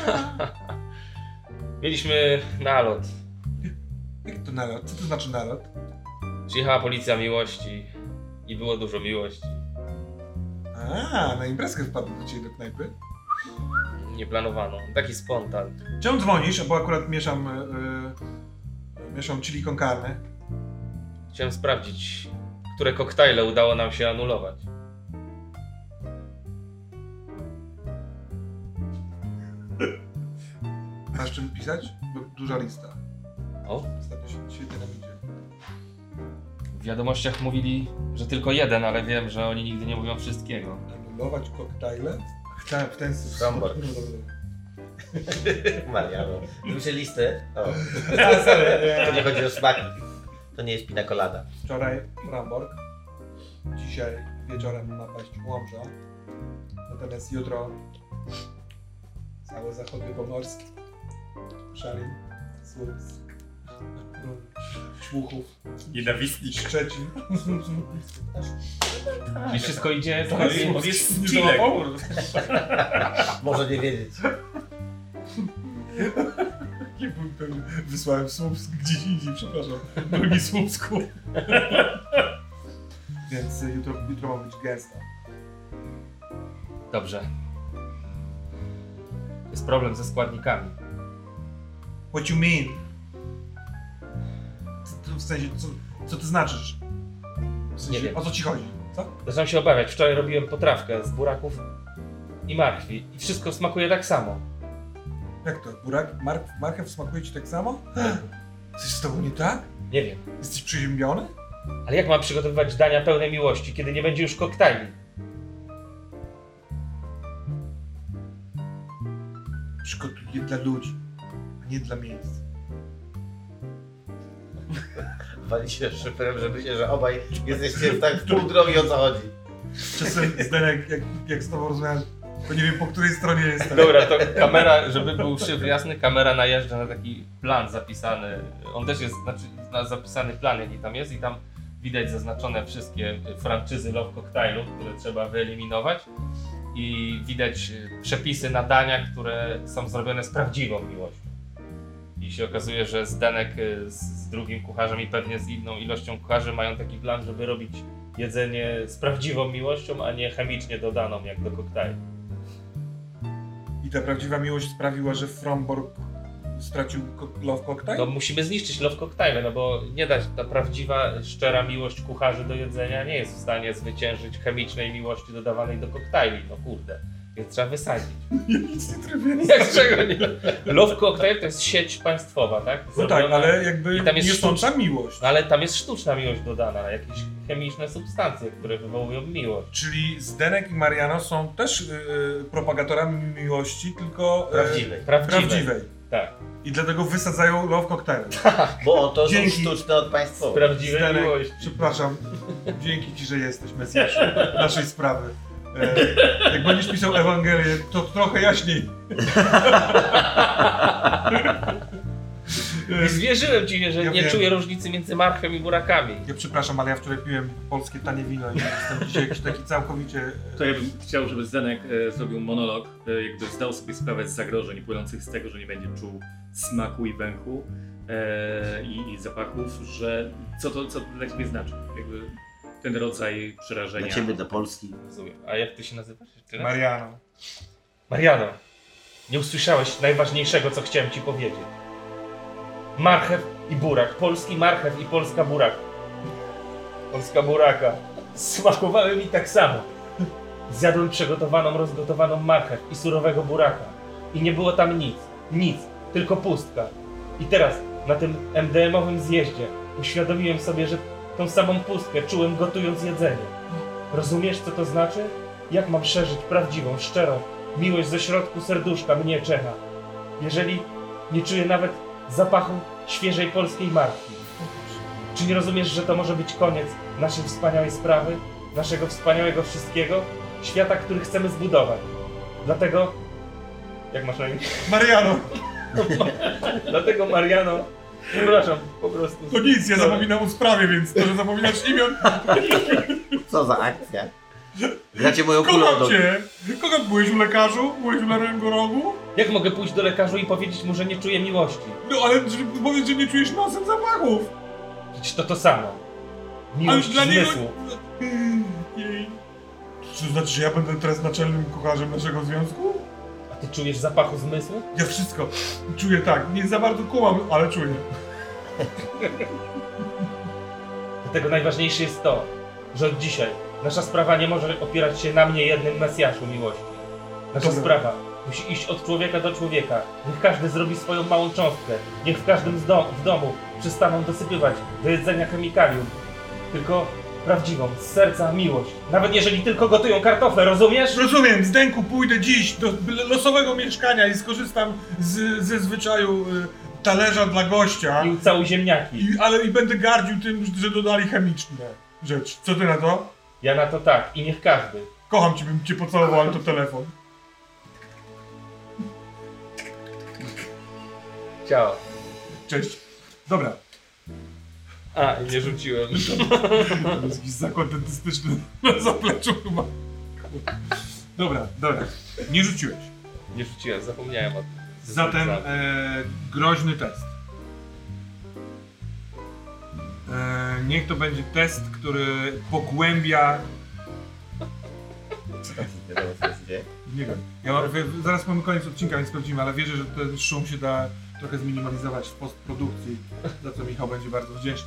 Mieliśmy nalot. Jak to nalot? Co to znaczy nalot? Przyjechała policja miłości i było dużo miłości. A, na imprezkę wpadł do ciebie do knajpy? Nie planowano. Taki spontan. Czemu dzwonisz? Bo akurat mieszam chili con carne. Chciałem sprawdzić, które koktajle udało nam się anulować. Masz czym pisać? Bo duża lista. O, Ostatnio się świetnie nam idzie. w wiadomościach mówili, że tylko jeden, ale wiem, że oni nigdy nie mówią wszystkiego. Anulować koktajle? Tak, w ten sposób. Hamburg. Mariano. Muszę listę. O. To nie chodzi o smaki. To nie jest pina colada. Wczoraj Framborg. Dzisiaj wieczorem ma paść Łomża. Natomiast jutro całe zachodnie pomorskie. Szalin, Słupsk, Człuchów, Nienawistnik. Szczecin. I wszystko idzie To On jest nie z Chile. załapał? Może nie wiedzieć. Wysłałem Słupsk gdzieś indziej, przepraszam. Drogi Słupsku. Więc jutro ma być gęsto. Dobrze. Jest problem ze składnikami. What you mean? w sensie, co ty znaczysz? W sensie, Nie wiem. o co ci chodzi? Co? Zaczynam się obawiać. Wczoraj robiłem potrawkę z buraków i martwi i wszystko smakuje tak samo. Jak to? Marchew smakuje ci tak samo? Coś z tobą nie tak? Nie wiem. Jesteś przeziębiony? Ale jak mam przygotowywać dania pełne miłości, kiedy nie będzie już koktajli? Przygotuj je dla ludzi, a nie dla miejsc. Wali się szyfrem, że myślę, że obaj jesteście tak w pół drogi, o co chodzi. Czasem Zdenek, jak z tobą rozmawiam, to nie wiem, po której stronie jestem. Dobra, to kamera, żeby był szyfr jasny, kamera najeżdża na taki plan zapisany. On też jest, znaczy na zapisany plan, jaki tam jest i tam widać zaznaczone wszystkie franczyzy Love Cocktailów, które trzeba wyeliminować i widać przepisy na dania, które są zrobione z prawdziwą miłością. I się okazuje, że Zdenek z drugim kucharzem i pewnie z inną ilością kucharzy mają taki plan, żeby robić jedzenie z prawdziwą miłością, a nie chemicznie dodaną jak do koktajlu. I ta prawdziwa miłość sprawiła, że Fromborg stracił Love Cocktail? No musimy zniszczyć Love Cocktaile, no bo nie dać, ta prawdziwa, szczera miłość kucharzy do jedzenia nie jest w stanie zwyciężyć chemicznej miłości dodawanej do koktajli, no kurde. Więc trzeba wysadzić. Ja nic nie trafię. Jak czego nie? Love Cocktail to jest sieć państwowa, tak? No tak, ale jakby I tam jest nie stąd miłość. No ale tam jest sztuczna miłość dodana, jakieś chemiczne substancje, które wywołują miłość. Czyli Zdenek i Mariano są też propagatorami miłości, tylko Prawdziwej. Tak. I dlatego wysadzają Love Cocktail. Bo to są Dzięki. sztuczne od państwowych. Prawdziwej Zdenek, miłości. przepraszam, dzięki ci, że jesteś Mesjaszem naszej sprawy. Jak będziesz pisał Ewangelię, to trochę jaśniej. I zwierzyłem ci, że Ja nie wiem. czuję różnicy między marchwem i burakami. Ja przepraszam, ale ja wczoraj piłem polskie tanie wino i jestem dzisiaj jakiś taki całkowicie... To ja bym chciał, żeby Zdenek zrobił monolog, jakby zdał sobie sprawę z zagrożeń płynących z tego, że nie będzie czuł smaku i węchu i zapachów, że co to dla ciebie znaczy, jakby ten rodzaj przerażenia. Dla ciebie, dla Polski. Rozumiem. A jak ty się nazywasz jeszcze raz? Mariano. Mariano, nie usłyszałeś najważniejszego, co chciałem ci powiedzieć. Marchew i burak. Polski marchew i polska burak. Polska buraka. Smakowały mi tak samo. Zjadłem przygotowaną, rozgotowaną marchew i surowego buraka. I nie było tam nic. Nic. Tylko pustka. I teraz, na tym MDM-owym zjeździe, uświadomiłem sobie, że tą samą pustkę czułem gotując jedzenie. Rozumiesz, co to znaczy? Jak mam szerzyć prawdziwą, szczerą miłość ze środku serduszka mnie, Czecha? Jeżeli nie czuję nawet zapachu świeżej polskiej marki. Czy nie rozumiesz, że to może być koniec naszej wspaniałej sprawy? Naszego wspaniałego wszystkiego? Świata, który chcemy zbudować. Dlatego... Jak masz na imię? Mariano! Dlatego Mariano... Przepraszam, po prostu... To nic, ja zapominam o sprawie, więc to, że zapominasz imion... Co za akcja? Gracie moją kulą Kocham do... cię! Kocham, byłeś u lekarzu? Byłeś u laryngologu? Jak mogę pójść do lekarza i powiedzieć mu, że nie czuję miłości? No ale powiedz, że nie czujesz nosem zapachów! Przecież to samo. Miłość dla niego- zmysłu. Jej. Czy to znaczy, że ja będę teraz naczelnym kucharzem naszego związku? A ty czujesz zapachu zmysłu? Ja wszystko czuję tak, nie za bardzo kumam, ale czuję. Dlatego najważniejsze jest to, że od dzisiaj nasza sprawa nie może opierać się na mnie jednym Mesjaszu miłości. Nasza Dobra. sprawa musi iść od człowieka do człowieka. Niech każdy zrobi swoją małą cząstkę. Niech w każdym w domu przestaną dosypywać do jedzenia chemikalium. Tylko prawdziwą, z serca miłość. Nawet jeżeli tylko gotują kartofle, rozumiesz? Rozumiem, Zdenku, pójdę dziś do losowego mieszkania i skorzystam ze zwyczaju talerza dla gościa. I ucałuj ziemniaki. Ale i będę gardził tym, że dodali chemiczne rzeczy. Co ty na to? Ja na to tak. I niech każdy. Kocham cię, bym cię pocałował, ale to telefon. Ciao. Cześć. Dobra. A, i nie rzuciłem. To jest jakiś zakład dentystyczny na zapleczu chyba. Dobra. Nie rzuciłeś. Nie rzuciłem, zapomniałem o tym. Zatem groźny test. Niech to będzie test, który pogłębia... Co tam się dzieje? Nie wiem. Ja mam, zaraz mamy koniec odcinka, więc sprawdzimy, ale wierzę, że ten szum się da trochę zminimalizować w postprodukcji, za co Michał będzie bardzo wdzięczny.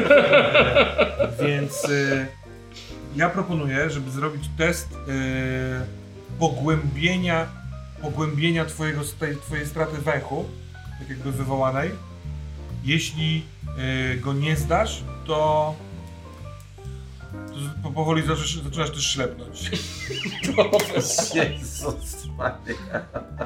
Więc ja proponuję, żeby zrobić test pogłębienia twojej straty węchu, tak jakby wywołanej. Jeśli go nie zdasz, to powoli zaczynasz też ślepnąć. Jezus Maria.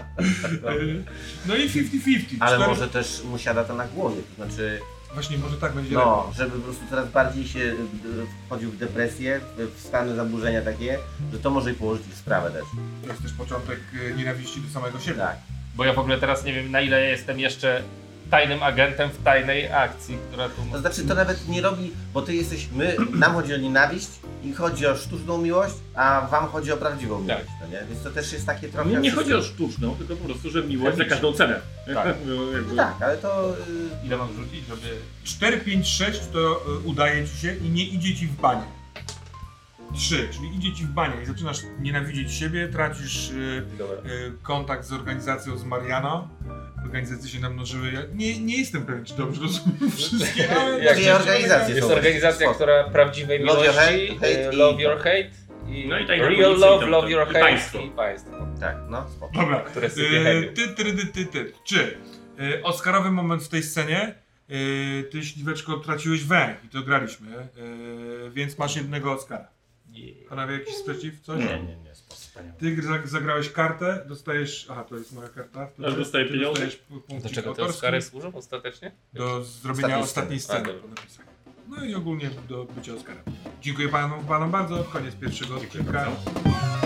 No i 50-50. Ale może też mu siada to na głowie, to znaczy... Właśnie, może tak będzie No, lepiej. żeby po prostu coraz bardziej się wchodził w depresję, w stany zaburzenia takie, że to może i położyć w sprawę też. To jest też początek nienawiści do samego siebie. Tak. Bo ja w ogóle teraz nie wiem, na ile jestem jeszcze tajnym agentem w tajnej akcji, która tu... To znaczy to nawet nie robi, bo ty jesteś, nam chodzi o nienawiść i chodzi o sztuczną miłość, a wam chodzi o prawdziwą miłość, no nie? Więc to też jest takie trochę... Nie chodzi o sztuczną, tylko po prostu, że miłość za każdą cenę. Tak. No tak, ale to... Ile mam rzucić, żeby... 4, 5, 6 to udaje ci się i nie idzie ci w banie. 3, czyli idzie ci w banie i zaczynasz nienawidzieć siebie, tracisz Dobra. kontakt z organizacją z Mariano. Organizacje się namnożyły. Ja nie jestem pewien, czy dobrze rozumiem wszystkie, ale... Jak Dwie organizacje Jest są. organizacja, która prawdziwej Love your miłości, hate i- Love Your Hate i No i tajna Real policja Love, i Love Your i Hate państwo. i państwo, Tak, no spoko. Dobra. które sypie chemią. Czy Oscarowy moment w tej scenie, ty, Śliweczko, traciłeś węch i to graliśmy, więc masz jednego Oscara. Panowie, jakiś sprzeciw? Coś? Nie, wspaniale. Ty zagrałeś kartę, dostajesz... Aha, to jest moja karta. Ja dostaję pieniądze. Dostajesz punkcik Do czego te autorski Oscary służą ostatecznie? do zrobienia ostatniej sceny. A, dobra. po napisach. No i ogólnie do bycia Oscarem. Dziękuję panom bardzo. Koniec pierwszego odcinka. bardzo.